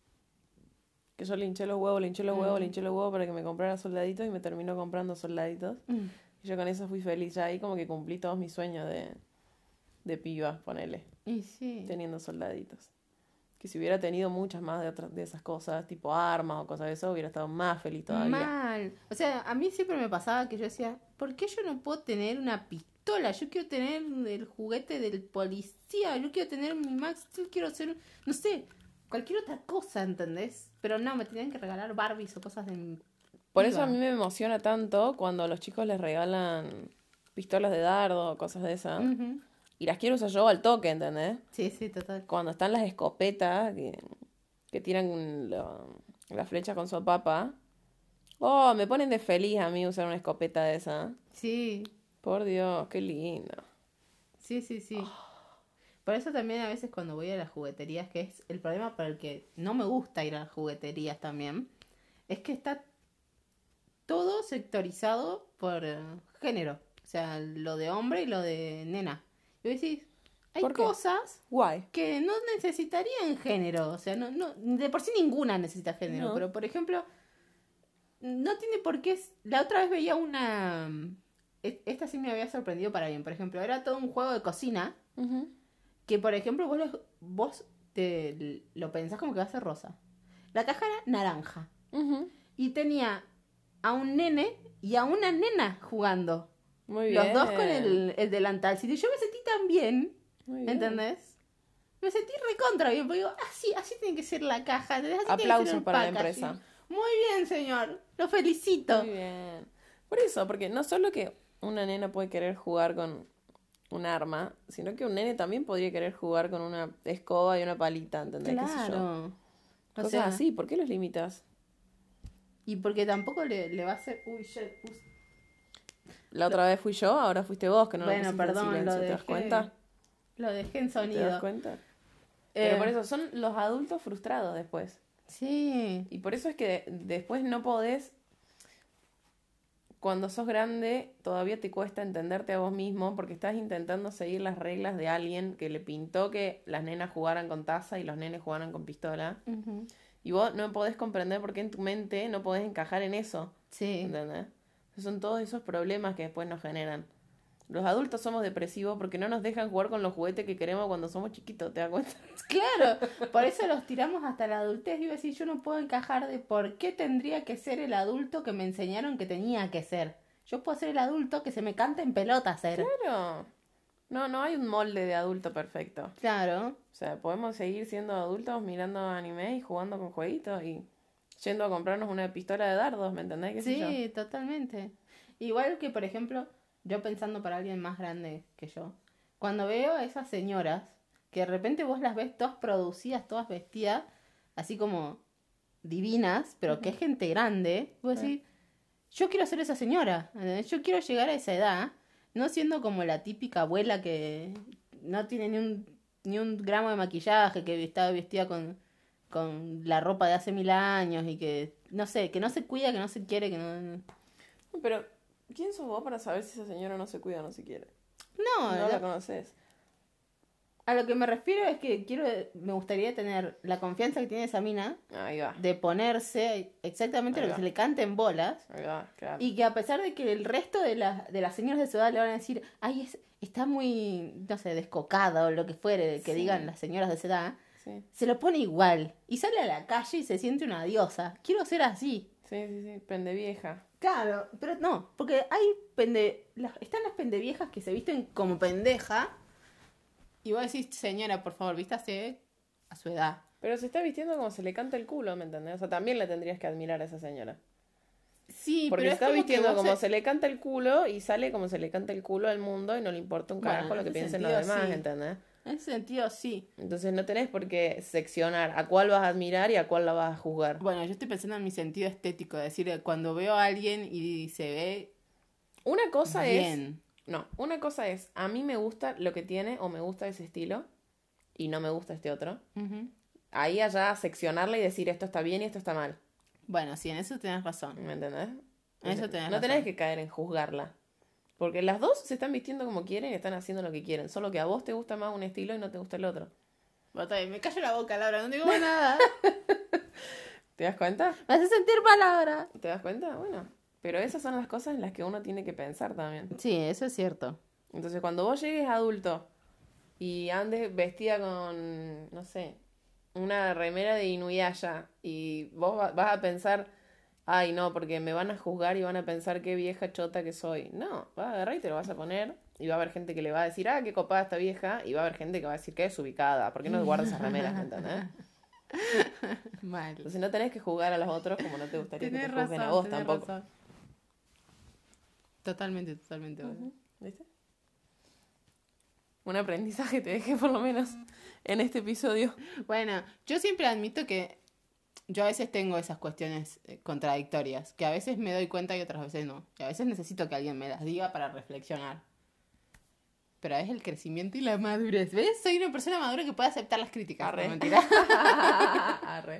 Que yo le hinché los huevos, le hinché los huevos, le hinché los huevos para que me comprara soldaditos y me terminó comprando soldaditos. Y yo con eso fui feliz. Ya ahí como que cumplí todos mis sueños de piba, ponele, Y sí. teniendo soldaditos. Que si hubiera tenido muchas más de esas cosas, tipo armas o cosas de eso, hubiera estado más feliz todavía. Mal. O sea, a mí siempre me pasaba que yo decía, ¿por qué yo no puedo tener una pistola? Yo quiero tener el juguete del policía, yo quiero tener mi Max Steel, quiero hacer, no sé, cualquier otra cosa, ¿entendés? Pero no, me tenían que regalar Barbies o cosas de mi Por piba. eso a mí me emociona tanto cuando a los chicos les regalan pistolas de dardo o cosas de esas. Ujú. Y las quiero usar yo al toque, ¿entendés? Sí, sí, total. Cuando están las escopetas que tiran la flecha con su papa. Oh, me ponen de feliz a mí usar una escopeta de esa. Sí, Por Dios, qué lindo. sí, sí, sí. Por eso también a veces cuando voy a las jugueterías, que es el problema por el que no me gusta ir a las jugueterías también, es que está todo sectorizado por género. O sea, lo de hombre y lo de nena. Y vos decís, hay ¿Por qué? cosas Guay. que no necesitarían género. O sea, no, de por sí ninguna necesita género. No. Pero, por ejemplo, no tiene por qué... La otra vez veía una... Esta sí me había sorprendido para bien. Por ejemplo, era todo un juego de cocina Ujú. que, por ejemplo, vos lo pensás como que va a ser rosa. La caja era naranja. Ujú. Y tenía a un nene y a una nena jugando. Muy bien. Los dos con el delantal. Y yo me sentí tan bien, Muy bien. ¿entendés? Me sentí recontra bien, porque digo, así tiene que ser la caja. ¿Entendés? Así tiene que Aplauso ser el para la packaging. empresa. Muy bien, señor. Lo felicito. Muy bien. Por eso, porque no solo que una nena puede querer jugar con un arma, sino que un nene también podría querer jugar con una escoba y una palita, ¿entendés? ¿Qué sé yo? Claro. O Cosas sea, así, ¿por qué los limitas? y porque tampoco le va a hacer... Uy, La otra vez fui yo, ahora fuiste vos, que no lo bueno, pusiste en perdón, silencio, ¿te das cuenta? Lo dejé en ¿Te das sonido. cuenta? Pero por eso son los adultos frustrados después. Sí. Y por eso es que después no podés, cuando sos grande, todavía te cuesta entenderte a vos mismo porque estás intentando seguir las reglas de alguien que le pintó que las nenas jugaran con taza y los nenes jugaran con pistola. Ujú. Y vos no podés comprender por qué en tu mente no podés encajar en eso. Sí. ¿Entendés? Son todos esos problemas que después nos generan. Los adultos somos depresivos porque no nos dejan jugar con los juguetes que queremos cuando somos chiquitos, ¿te das cuenta? Claro, por eso los tiramos hasta la adultez. Iba a decir, yo no puedo encajar de por qué tendría que ser el adulto que me enseñaron que tenía que ser. Yo puedo ser el adulto que se me canta en pelota ser. Claro. No hay un molde de adulto perfecto. Claro. O sea, podemos seguir siendo adultos mirando anime y jugando con jueguitos y yendo a comprarnos una pistola de dardos, ¿me entendés? ¿Qué sé yo? Sí, totalmente. Igual que, por ejemplo, yo pensando para alguien más grande que yo, cuando veo a esas señoras, que de repente vos las ves todas producidas, todas vestidas, así como divinas, pero que es gente grande, vos decís, yo quiero ser esa señora, ¿entendés? Yo quiero llegar a esa edad, no siendo como la típica abuela que no tiene ni un gramo de maquillaje, que está vestida con la ropa de hace 1000 años y que, no sé, que no se cuida, que no se quiere, que no... Pero, ¿quién sos vos para saber si esa señora no se cuida o no se quiere? No, No la conoces. a lo que me refiero es que me gustaría tener la confianza que tiene esa mina Ahí va. de ponerse exactamente Ahí lo que va. se le cante en bolas Ahí va, claro. y que a pesar de que el resto de las señoras de su edad le van a decir, ay, está muy, no sé, descocada o lo que fuere que Sí. digan las señoras de esa edad, Sí, se lo pone igual y sale a la calle y se siente una diosa. Quiero ser así. sí, pendevieja. Claro, pero no, porque hay están las pendeviejas que se visten como pendeja y vos decís, señora, por favor, vístase a su edad. Pero se está vistiendo como se le canta el culo, ¿me entendés? O sea, también le tendrías que admirar a esa señora. Sí, Porque pero se es está como vistiendo que vos como se le canta el culo y sale como se le canta el culo al mundo y no le importa un Bueno, carajo en lo que ese piensen los sentido, demás, sí. ¿entendés? En ese sentido, sí. Entonces no tenés por qué seccionar a cuál vas a admirar y a cuál la vas a juzgar. Bueno, yo estoy pensando en mi sentido estético, es decir, cuando veo a alguien y se ve Una cosa es... bien. No, una cosa es, a mí me gusta lo que tiene o me gusta ese estilo y no me gusta este otro. Ujú. Ahí allá seccionarla y decir esto está bien y esto está mal. Bueno, sí, en eso tenés razón. ¿Me entendés? En eso tenés No razón. tenés que caer en juzgarla. Porque las dos se están vistiendo como quieren y están haciendo lo que quieren. Solo que a vos te gusta más un estilo y no te gusta el otro. Me callo la boca, Laura, no digo más nada. ¿Te das cuenta? Me hace sentir palabra. ¿Te das cuenta? Bueno. Pero esas son las cosas en las que uno tiene que pensar también. Sí, eso es cierto. Entonces cuando vos llegues adulto y andes vestida con, no sé, una remera de Inuyasha y vos vas a pensar, ay no, porque me van a juzgar y van a pensar qué vieja chota que soy. No, vas a agarrar y te lo vas a poner y va a haber gente que le va a decir, ah, qué copada esta vieja, y va a haber gente que va a decir que es ubicada, ¿por qué no guardas esas remeras, ¿me entendés? Mal. Entonces no tenés que juzgar a los otros como no te gustaría que Tenés te juzguen a razón, vos tenés tampoco. razón. Totalmente, totalmente. Ujú, ¿viste? Un aprendizaje te dejé por lo menos en este episodio. Bueno, yo siempre admito que yo a veces tengo esas cuestiones contradictorias, que a veces me doy cuenta y otras veces no. Y a veces necesito que alguien me las diga para reflexionar. Pero es el crecimiento y la madurez. ¿Ves? Soy una persona madura que puede aceptar las críticas. Arre. No, mentira. Arre.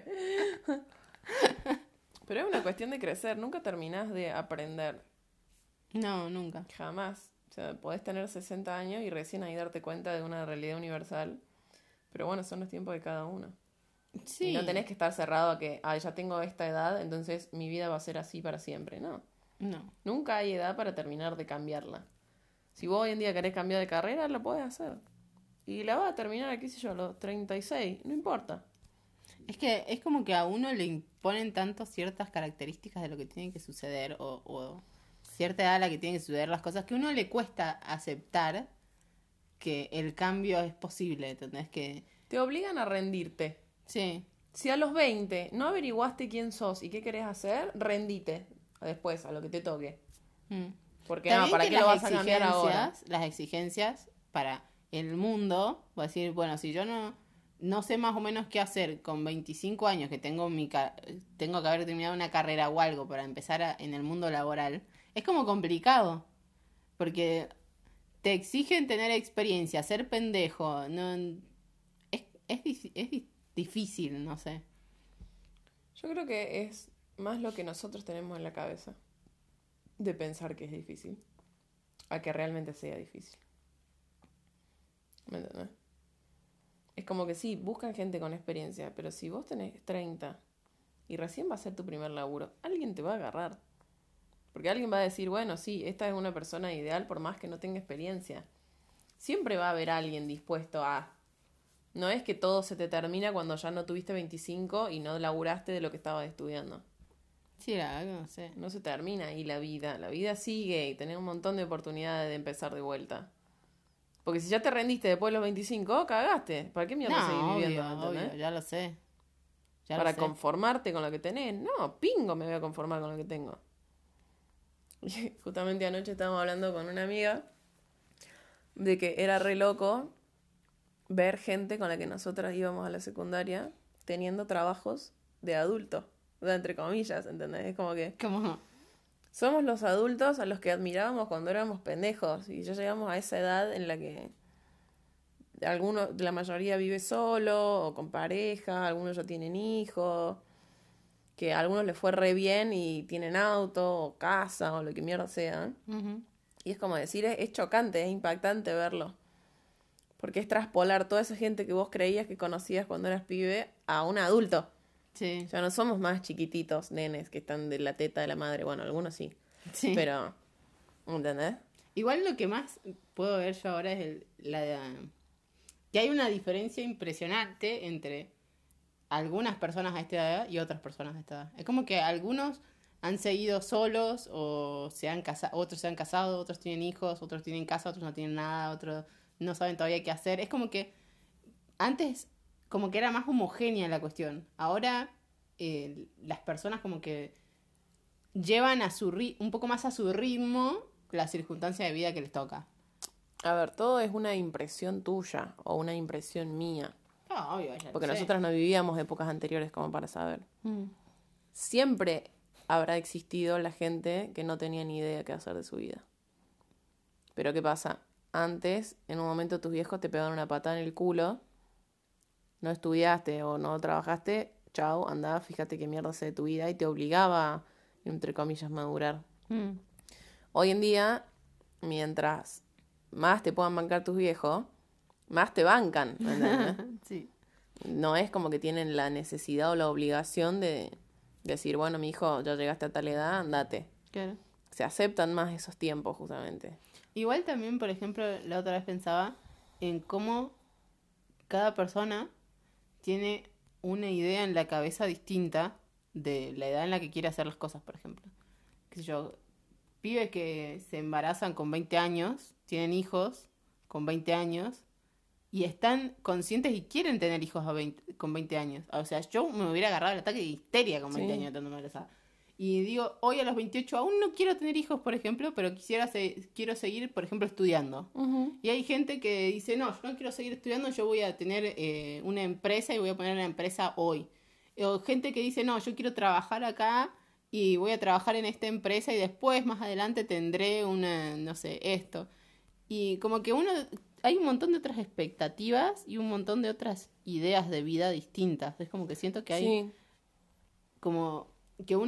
Pero es una cuestión de crecer, nunca terminás de aprender, No, nunca. jamás. sea, podés tener 60 años y recién ahí darte cuenta de una realidad universal. Pero bueno, son los tiempos de cada uno. Sí. Y no tenés que estar cerrado a que, ya tengo esta edad, entonces mi vida va a ser así para siempre. No. No. Nunca hay edad para terminar de cambiarla. Si vos hoy en día querés cambiar de carrera, lo podés hacer. Y la vas a terminar, qué sé yo, a los 36. No importa. Es que es como que a uno le imponen tanto ciertas características de lo que tiene que suceder o cierta edad a la que tienen que suceder las cosas que a uno le cuesta aceptar que el cambio es posible, ¿entendés? Que Te obligan a rendirte. sí. Si a los 20 no averiguaste quién sos y qué querés hacer, rendite después a lo que te toque. Mm. Porque Está no, bien ¿para que qué lo vas a cambiar ahora? las exigencias para el mundo, voy a decir, bueno, si yo no sé más o menos qué hacer con 25 años que tengo tengo que haber terminado una carrera o algo para empezar en el mundo laboral, es como complicado, porque te exigen tener experiencia, ser pendejo, no es difícil, no sé. Yo creo que es más lo que nosotros tenemos en la cabeza de pensar que es difícil a que realmente sea difícil. ¿Me entendés? Es como que sí, buscan gente con experiencia, pero si vos tenés 30 y recién va a ser tu primer laburo, alguien te va a agarrar. Porque alguien va a decir, bueno, sí, esta es una persona ideal por más que no tenga experiencia. Siempre va a haber alguien dispuesto a... No es que todo se te termina cuando ya no tuviste 25 y no laburaste de lo que estabas estudiando. Sí, la verdad que no sé. No se termina ahí la vida. La vida sigue y tenés un montón de oportunidades de empezar de vuelta. Porque si ya te rendiste después de los 25, cagaste. ¿Para qué mierda seguir viviendo? Obvio, ya lo sé. ¿Para conformarte con lo que tenés? No, pingo me voy a conformar con lo que tengo. Justamente anoche estábamos hablando con una amiga de que era re loco ver gente con la que nosotras íbamos a la secundaria teniendo trabajos de adulto. O sea, entre comillas, ¿entendés? Es como que... ¿Cómo? Somos los adultos a los que admirábamos cuando éramos pendejos. Y ya llegamos a esa edad en la que la mayoría vive solo o con pareja, algunos ya tienen hijos, que a algunos les fue re bien y tienen auto o casa o lo que mierda sea. Uh-huh. Y es como decir, es chocante, es impactante verlo. Porque es traspolar toda esa gente que vos creías que conocías cuando eras pibe a un adulto. Sí. Ya no somos más chiquititos, nenes, que están de la teta de la madre. Bueno, algunos sí. Sí. Pero, ¿entendés? Igual lo que más puedo ver yo ahora es que hay una diferencia impresionante entre algunas personas a esta edad y otras personas a esta edad. Es como que algunos han seguido solos o otros se han casado, otros tienen hijos, otros tienen casa, otros no tienen nada, otros no saben todavía qué hacer. Es como que antes como que era más homogénea la cuestión. Ahora las personas como que llevan un poco más a su ritmo la circunstancia de vida que les toca. A ver, todo es una impresión tuya o una impresión mía. Ah, obvio, ya Porque lo sé. nosotras no vivíamos épocas anteriores como para saber. Siempre habrá existido la gente que no tenía ni idea qué hacer de su vida. Pero ¿qué pasa? Antes, en un momento tus viejos te pegaban una patada en el culo, no estudiaste o no trabajaste, chau, andá, fíjate qué mierda hace de tu vida y te obligaba, entre comillas, madurar. Hoy en día, mientras más te puedan bancar tus viejos, más te bancan, ¿entendés? Sí. No es como que tienen la necesidad o la obligación de decir, bueno, mi hijo, ya llegaste a tal edad, andate. Claro. Se aceptan más esos tiempos, justamente. Igual también, por ejemplo, la otra vez pensaba en cómo cada persona tiene una idea en la cabeza distinta de la edad en la que quiere hacer las cosas, por ejemplo. Qué sé yo, pibes que se embarazan con 20 años, tienen hijos con 20 años y están conscientes y quieren tener hijos con 20 años. O sea, yo me hubiera agarrado el ataque de histeria con 20 años estando embarazada. Y digo, hoy a los 28 aún no quiero tener hijos, por ejemplo, pero quiero seguir, por ejemplo, estudiando. Y hay gente que dice, no, yo no quiero seguir estudiando, yo voy a tener una empresa y voy a poner una empresa hoy. O gente que dice, no, yo quiero trabajar acá y voy a trabajar en esta empresa y después, más adelante, tendré una, no sé, esto. Y como que hay un montón de otras expectativas y un montón de otras ideas de vida distintas. Es como que siento que hay como que uno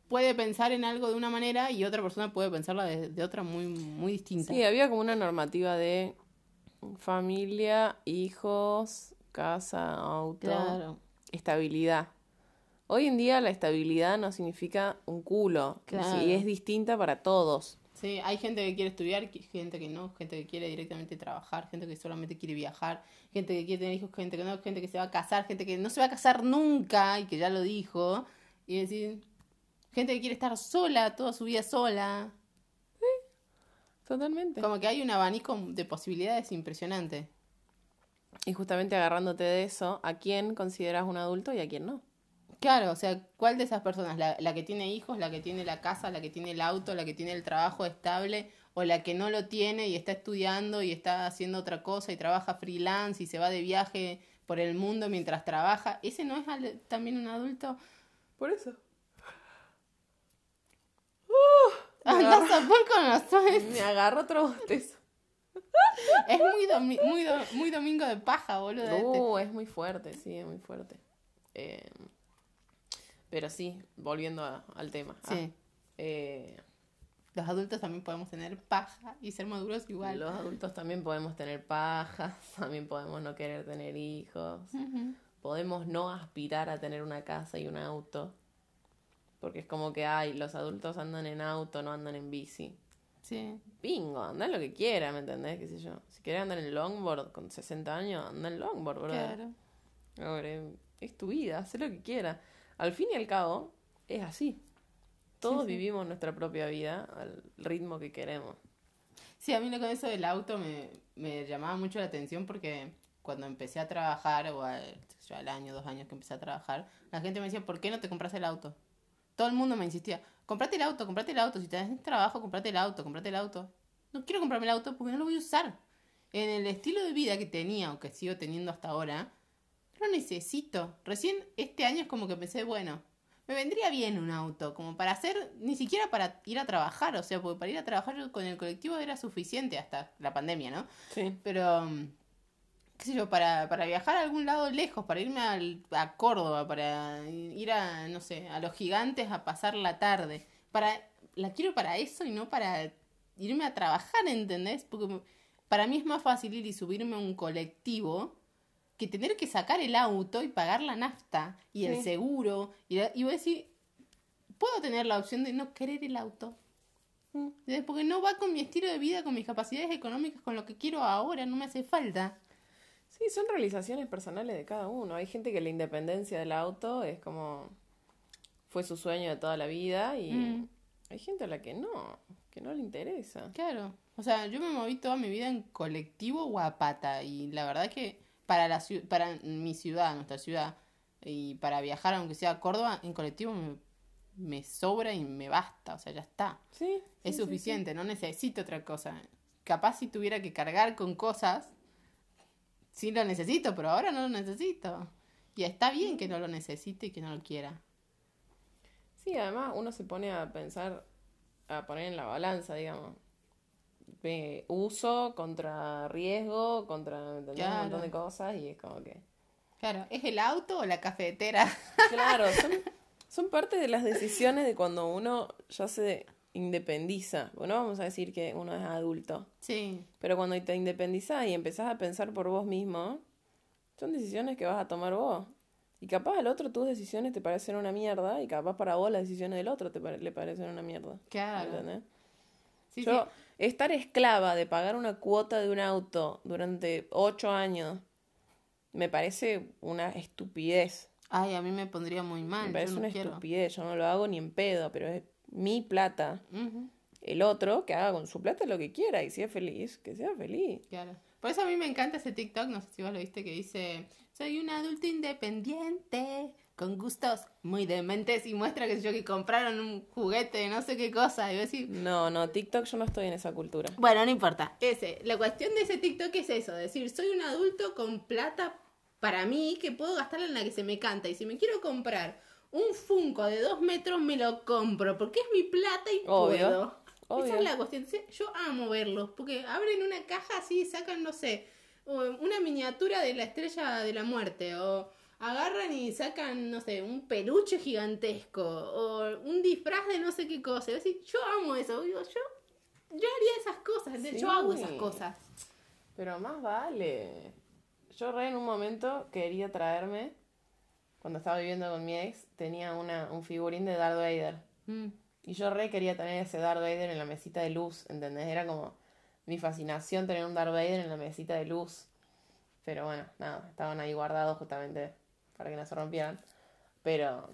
puede pensar en algo de una manera y otra persona puede pensarla de otra muy, muy distinta. Sí, había como una normativa de familia, hijos, casa, auto, Claro, estabilidad. Hoy en día la estabilidad no significa un culo. Claro. Y es distinta para todos. sí, hay gente que quiere estudiar, gente que no, gente que quiere directamente trabajar, gente que solamente quiere viajar, gente que quiere tener hijos, gente que no, gente que se va a casar, gente que no se va a casar nunca y que ya lo dijo. Y decir, gente que quiere estar sola, toda su vida sola. Totalmente. Como que hay un abanico de posibilidades impresionante. Y justamente agarrándote de eso, ¿a quién consideras un adulto y a quién no? Claro, o sea, ¿cuál de esas personas? La que tiene hijos, la que tiene la casa, la que tiene el auto, la que tiene el trabajo estable, o la que no lo tiene y está estudiando y está haciendo otra cosa y trabaja freelance y se va de viaje por el mundo mientras trabaja. ¿Ese no es también un adulto? Por eso. Andás a por con los dos. Me agarro otro bostezo. Es muy domingo de paja, boludo. Es muy fuerte, sí, es muy fuerte. Pero sí, volviendo al tema. Sí. Los adultos también podemos tener paja y ser maduros igual. Los adultos también podemos tener pajas, también podemos no querer tener hijos, podemos no aspirar a tener una casa y un auto, porque es como que, los adultos andan en auto, no andan en bici. Sí. Bingo, anda en lo que quiera, ¿me entendés? ¿Qué sé yo? Si querés andar en longboard con 60 años, anda en longboard, bro. Claro. Ahora, es tu vida, haz lo que quieras. Al fin y al cabo, es así. Todos vivimos nuestra propia vida al ritmo que queremos. Sí, a mí con eso del auto me llamaba mucho la atención porque cuando empecé a trabajar, al año, 2 años que empecé a trabajar, la gente me decía, ¿por qué no te compras el auto? Todo el mundo me insistía, comprate el auto, si tenés trabajo, comprate el auto. No quiero comprarme el auto porque no lo voy a usar. En el estilo de vida que tenía o que sigo teniendo hasta ahora, no lo necesito. Recién este año es como que pensé, bueno, me vendría bien un auto, como para hacer, ni siquiera para ir a trabajar, o sea, porque para ir a trabajar yo con el colectivo era suficiente hasta la pandemia, ¿no? Sí. Pero, qué sé yo, para viajar a algún lado lejos, para irme a Córdoba, para ir a, no sé, a Los Gigantes a pasar la tarde. La quiero para eso y no para irme a trabajar, ¿entendés? Porque para mí es más fácil ir y subirme a un colectivo que tener que sacar el auto y pagar la nafta y el seguro. Y voy a decir, puedo tener la opción de no querer el auto. Porque no va con mi estilo de vida, con mis capacidades económicas, con lo que quiero ahora, no me hace falta. Sí, son realizaciones personales de cada uno. Hay gente que la independencia del auto es como... fue su sueño de toda la vida y hay gente a la que no le interesa. Claro. O sea, yo me moví toda mi vida en colectivo o a pata y la verdad que para mi ciudad, nuestra ciudad, y para viajar aunque sea a Córdoba, en colectivo me sobra y me basta, o sea, ya está. Sí. Es suficiente, no necesito otra cosa. Capaz si tuviera que cargar con cosas, sí lo necesito, pero ahora no lo necesito. Y está bien que no lo necesite y que no lo quiera. Sí, además uno se pone a pensar, a poner en la balanza, digamos. Uso contra riesgo, contra un montón de cosas y es como que... Claro, ¿es el auto o la cafetera? Claro, son parte de las decisiones de cuando uno ya se independiza. Bueno, vamos a decir que uno es adulto. Sí. Pero cuando te independizás y empezás a pensar por vos mismo, son decisiones que vas a tomar vos. Y capaz al otro tus decisiones te parecen una mierda y capaz para vos las decisiones del otro le parecen una mierda. Claro. ¿Entendés? Sí, estar esclava de pagar una cuota de un auto durante 8 años me parece una estupidez. Ay, a mí me pondría muy mal. Me parece yo no una quiero. estupidez, yo no lo hago ni en pedo, pero es mi plata. El otro que haga con su plata lo que quiera y si es feliz, que sea feliz. Claro. Por eso a mí me encanta ese TikTok, no sé si vos lo viste, que dice, soy un adulto independiente, con gustos muy dementes, y muestra que compraron un juguete de no sé qué cosa, y voy a decir... No, TikTok yo no estoy en esa cultura. Bueno, no importa. La cuestión de ese TikTok es eso, decir, soy un adulto con plata para mí, que puedo gastarla en la que se me canta, y si me quiero comprar un Funko de 2 metros, me lo compro, porque es mi plata y puedo. Esa es la cuestión. Yo amo verlos, porque abren una caja así y sacan, no sé, una miniatura de la Estrella de la Muerte, o agarran y sacan, no sé, un peluche gigantesco o un disfraz de no sé qué cosa. Y vos decís, yo amo eso, digo, yo haría esas cosas, ¿entendés? Sí. Yo hago esas cosas. Pero más vale. Yo en un momento quería traerme, cuando estaba viviendo con mi ex, tenía un figurín de Darth Vader. Mm. Y yo quería tener ese Darth Vader en la mesita de luz, ¿entendés? Era como mi fascinación tener un Darth Vader en la mesita de luz. Pero bueno, nada, estaban ahí guardados justamente para que no se rompieran. Pero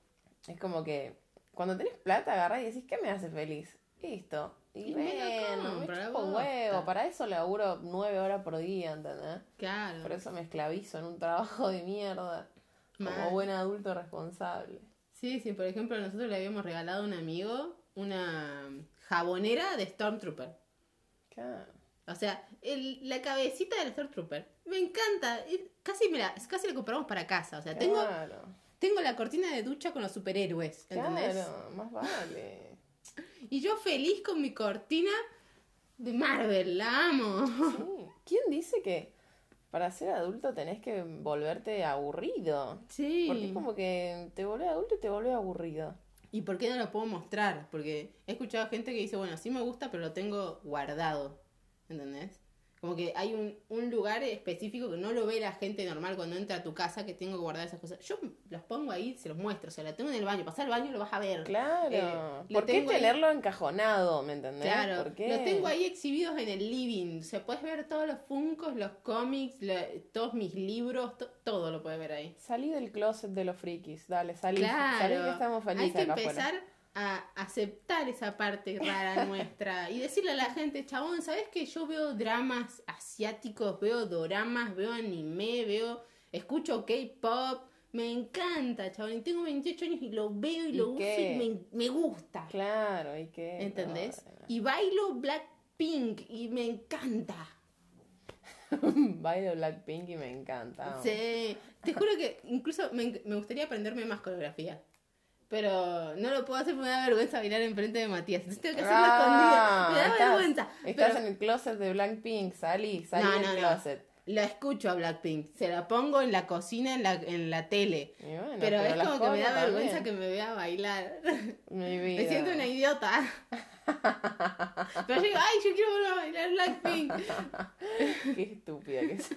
es como que cuando tenés plata agarrás y decís, ¿qué me hace feliz? Listo. Y me lo bueno, me compro, la chupo un bosta. huevo. Para eso laburo 9 horas por día, ¿entendés? Claro. Por eso me esclavizo en un trabajo de mierda. Como Mal. buen adulto responsable. Sí, por ejemplo, nosotros le habíamos regalado a un amigo una jabonera de Stormtrooper. Claro. O sea, la cabecita del Stormtrooper. Me encanta. Casi la compramos para casa. O sea, Claro. tengo la cortina de ducha con los superhéroes. ¿Entendés? Claro, más vale. Y yo feliz con mi cortina de Marvel. La amo. Sí. ¿Quién dice que para ser adulto tenés que volverte aburrido? Sí. Porque es como que te volvés adulto y te volvés aburrido. ¿Y por qué no lo puedo mostrar? Porque he escuchado gente que dice, bueno, sí me gusta, pero lo tengo guardado. ¿Entendés? Como que hay un lugar específico que no lo ve la gente normal cuando entra a tu casa, que tengo que guardar esas cosas. Yo los pongo ahí, se los muestro. O sea, la tengo en el baño. Pasar al baño lo vas a ver. Claro. Lo ¿Por qué tengo ahí- tenerlo encajonado, me entendés? Claro, ¿Por qué? los tengo ahí exhibidos en el living. O sea, puedes ver todos los funcos, los cómics, todos mis libros, todo lo puedes ver ahí. Salí del closet de los frikis. Dale, salí. Claro, Salí que estamos felices hay que acá empezar afuera. a aceptar esa parte rara nuestra y decirle a la gente, chabón, ¿sabes que yo veo dramas asiáticos, veo doramas, veo anime, escucho K-pop? Me encanta, chabón, y tengo 28 años y lo veo y lo uso qué? y me gusta. Claro, ¿y qué? ¿Entendés? No, Y bailo Blackpink y me encanta. bailo Blackpink y me encanta. Sí, te juro que incluso me gustaría aprenderme más coreografía. Pero no lo puedo hacer porque me da vergüenza bailar enfrente de Matías. Entonces tengo que hacerlo escondida. Me da vergüenza. Estás Pero en el closet de Blackpink, salí No, del no, no. closet. la escucho a Blackpink. Se la pongo en la cocina, en la tele. Y bueno, Pero es las como que me da cosas vergüenza también. que me vea bailar. Mi Me vida. siento una idiota. Pero yo digo, ay, yo quiero volver a bailar Blackpink. Qué estúpida que sos.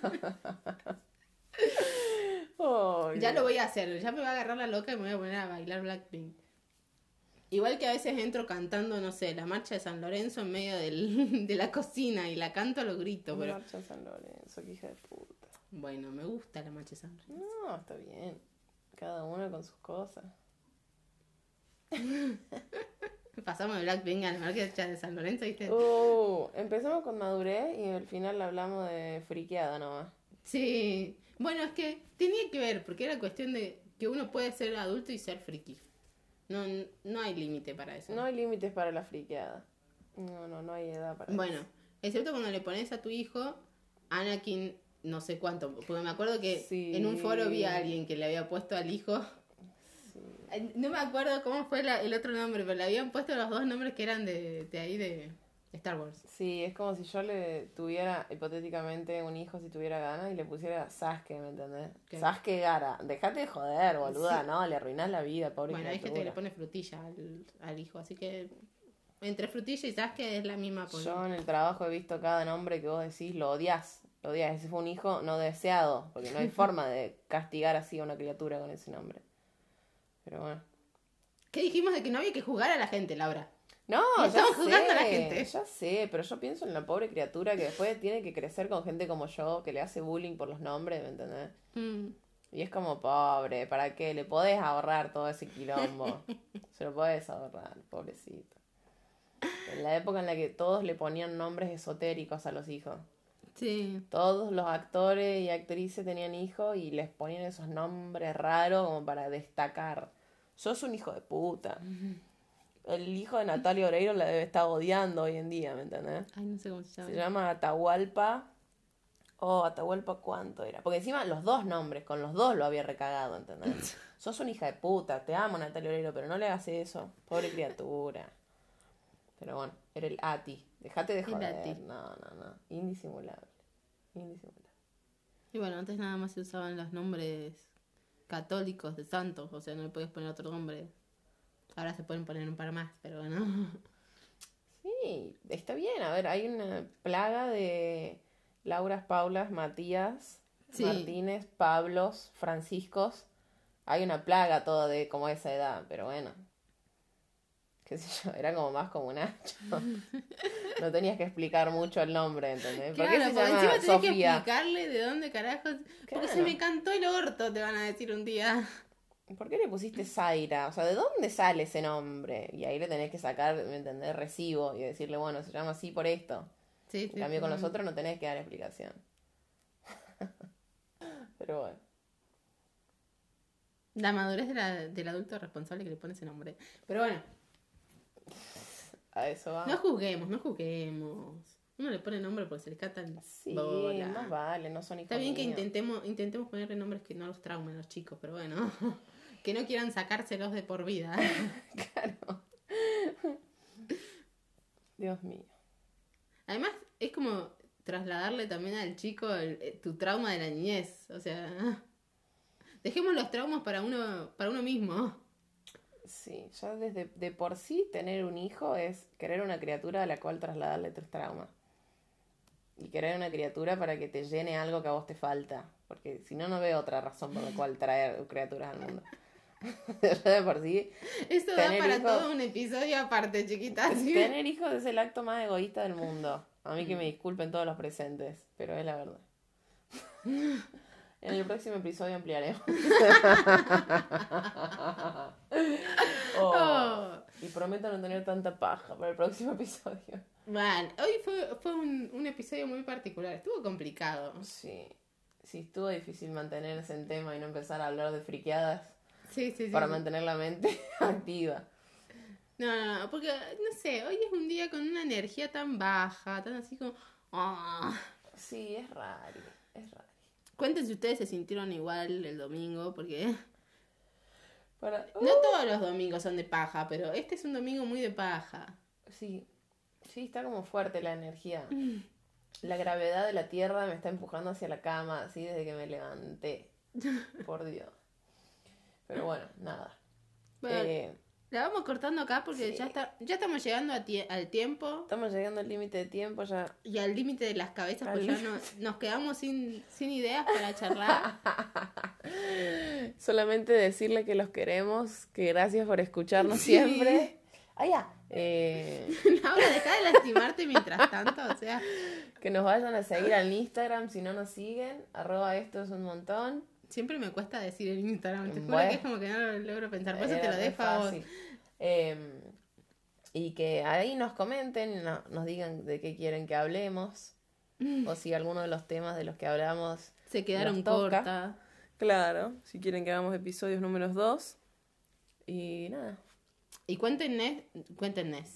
Oh, Ya lo voy a hacer. Ya me va a agarrar la loca y me voy a poner a bailar Blackpink. Igual que a veces entro cantando, no sé, la marcha de San Lorenzo en medio de la cocina y la canto a los gritos, pero Marcha San Lorenzo, qué hija de puta. bueno, me gusta la marcha de San Lorenzo. No, está bien. Cada uno con sus cosas. Pasamos de Blackpink a la marcha de San Lorenzo, ¿viste? Empezamos con madurez y al final hablamos de friqueada nomás. Sí. Bueno, es que tenía que ver, porque era cuestión de que uno puede ser adulto y ser friki. No hay límite para eso. No hay límites para la friqueada. No hay edad para Bueno, eso. excepto cuando le pones a tu hijo Anakin no sé cuánto, porque me acuerdo que Sí. en un foro vi a alguien que le había puesto al hijo, no me acuerdo cómo fue el otro nombre, pero le habían puesto los dos nombres que eran de ahí de Star Wars. Sí, es como si yo le tuviera hipotéticamente un hijo si tuviera ganas y le pusiera Sasuke, ¿me entendés? ¿Qué? Sasuke Gara. Dejate de joder, boluda, Sí. no, le arruinás la vida, pobre Bueno, hay gente que le criatura. pone frutilla al hijo, así que entre frutilla y Sasuke es la misma pollo. Yo en el trabajo he visto cada nombre que vos decís, lo odias. Ese fue un hijo no deseado, porque no hay forma de castigar así a una criatura con ese nombre. Pero bueno. ¿Qué dijimos de que no había que jugar a la gente, Laura? No, Y ya estamos jugando a la sé, gente. ya sé, pero yo pienso en la pobre criatura que después tiene que crecer con gente como yo, que le hace bullying por los nombres, ¿me entendés? Y es como, pobre, ¿para qué? Le podés ahorrar todo ese quilombo. Se lo podés ahorrar, pobrecito. En la época en la que todos le ponían nombres esotéricos a los hijos. Sí. Todos los actores y actrices tenían hijos y les ponían esos nombres raros como para destacar. Sos un hijo de puta. El hijo de Natalia Oreiro la debe estar odiando hoy en día, ¿me entendés? Ay, no sé cómo se llama. Se llama Atahualpa. Atahualpa, ¿cuánto era? Porque encima los dos nombres, con los dos lo había recagado, ¿entendés? Sos una hija de puta, te amo Natalia Oreiro, pero no le hagas eso. Pobre criatura. Pero bueno, era el Ati. Dejate de El joder. Ati. No. Indisimulable. Y bueno, antes nada más se usaban los nombres católicos, de santos, o sea, no le podías poner otro nombre. Ahora se pueden poner un par más, pero bueno. Sí, está bien. A ver, hay una plaga de Lauras, Paulas, Matías, Sí. Martínez, Pablos, Franciscos. Hay una plaga toda de como esa edad, pero bueno. Qué sé yo, era como más como Nacho. No tenías que explicar mucho el nombre, ¿entendés? ¿Por qué Claro, se porque llama encima tenés que Sofía? explicarle de dónde carajos. Porque se Claro. me cantó el orto, te van a decir un día. ¿Por qué le pusiste Zaira? O sea, ¿de dónde sale ese nombre? Y ahí le tenés que sacar, ¿me entendés? Recibo y decirle, bueno, se llama así por esto. Sí, En cambio, con los otros no tenés que dar explicación. Pero bueno. La madurez del adulto responsable que le pone ese nombre. Pero bueno, A eso va. no juzguemos, no juzguemos. Uno le pone nombre porque se le catan Sí, bola. más vale, no son hijos Está bien que míos. intentemos ponerle nombres que no los traumen a los chicos, pero bueno, que no quieran sacárselos de por vida. Claro. Dios mío. Además, es como trasladarle también al chico tu trauma de la niñez. O sea, dejemos los traumas para uno mismo. Sí, ya desde de por sí tener un hijo es querer una criatura a la cual trasladarle tus traumas. Y querer una criatura para que te llene algo que a vos te falta. Porque si no, no veo otra razón por la cual traer criaturas al mundo. Yo de por sí, Esto da tener para hijos- todo un episodio aparte, chiquitas. tener hijos es el acto más egoísta del mundo. A mí que me disculpen todos los presentes, pero es la verdad. En el próximo episodio ampliaremos. Oh. Y prometo no tener tanta paja para el próximo episodio. Bueno, hoy fue un episodio muy particular. Estuvo complicado. Sí, sí, estuvo difícil mantenerse en tema y no empezar a hablar de friqueadas Sí, sí, sí. para mantener la mente activa. No, porque, no sé, hoy es un día con una energía tan baja, tan así como... ah. Sí, es raro, es raro. Cuenten si ustedes se sintieron igual el domingo, porque Para... no todos los domingos son de paja, pero este es un domingo muy de paja. Sí, sí, está como fuerte la energía. La gravedad de la tierra me está empujando hacia la cama, así desde que me levanté. Por Dios. Pero bueno, nada. Bueno, la vamos cortando acá porque sí. ya estamos llegando al tiempo Estamos llegando al límite de tiempo ya. y al límite de las cabezas, Al pues ya nos quedamos sin ideas para charlar. Solamente decirle que los queremos, que gracias por escucharnos Sí. siempre. Ah, ya. Ahora deja de lastimarte mientras tanto, o sea... Que nos vayan a seguir al Instagram si no nos siguen. @esto es un montón. Siempre me cuesta decir el Instagram, te juro Bueno. que es como que no lo logro pensar, por eso te Era lo re dejo a vos. fácil. Y que ahí nos comenten, nos digan de qué quieren que hablemos. O si alguno de los temas de los que hablamos Se quedaron nos toca. cortas. Claro, si quieren que hagamos episodios números 2. Y nada. Y cuéntenos. Cuéntenos.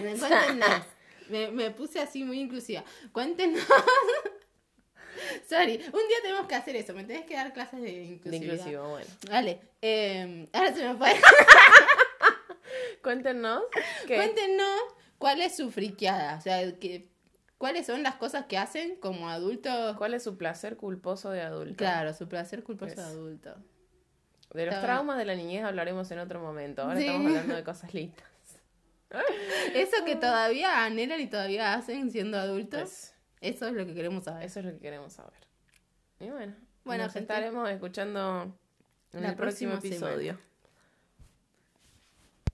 Me puse así muy inclusiva. Cuéntenos. Sorry, un día tenemos que hacer eso. Me tenés que dar clases de De inclusividad. inclusivo, bueno. Vale. Ahora se me fue. Cuéntenos que Cuéntenos cuál es su friqueada. O sea, cuáles son las cosas que hacen como adultos. cuál es su placer culposo de adulto. Claro, su placer culposo de Eso. adulto. De los Está traumas de la niñez hablaremos en otro momento. Ahora Sí. estamos hablando de cosas lindas. Eso que todavía anhelan y todavía hacen siendo adultos. Pues, Eso es lo que queremos saber. eso es lo que queremos saber. Y bueno, Bueno, nos gente. estaremos escuchando en La el próximo próxima semana. episodio.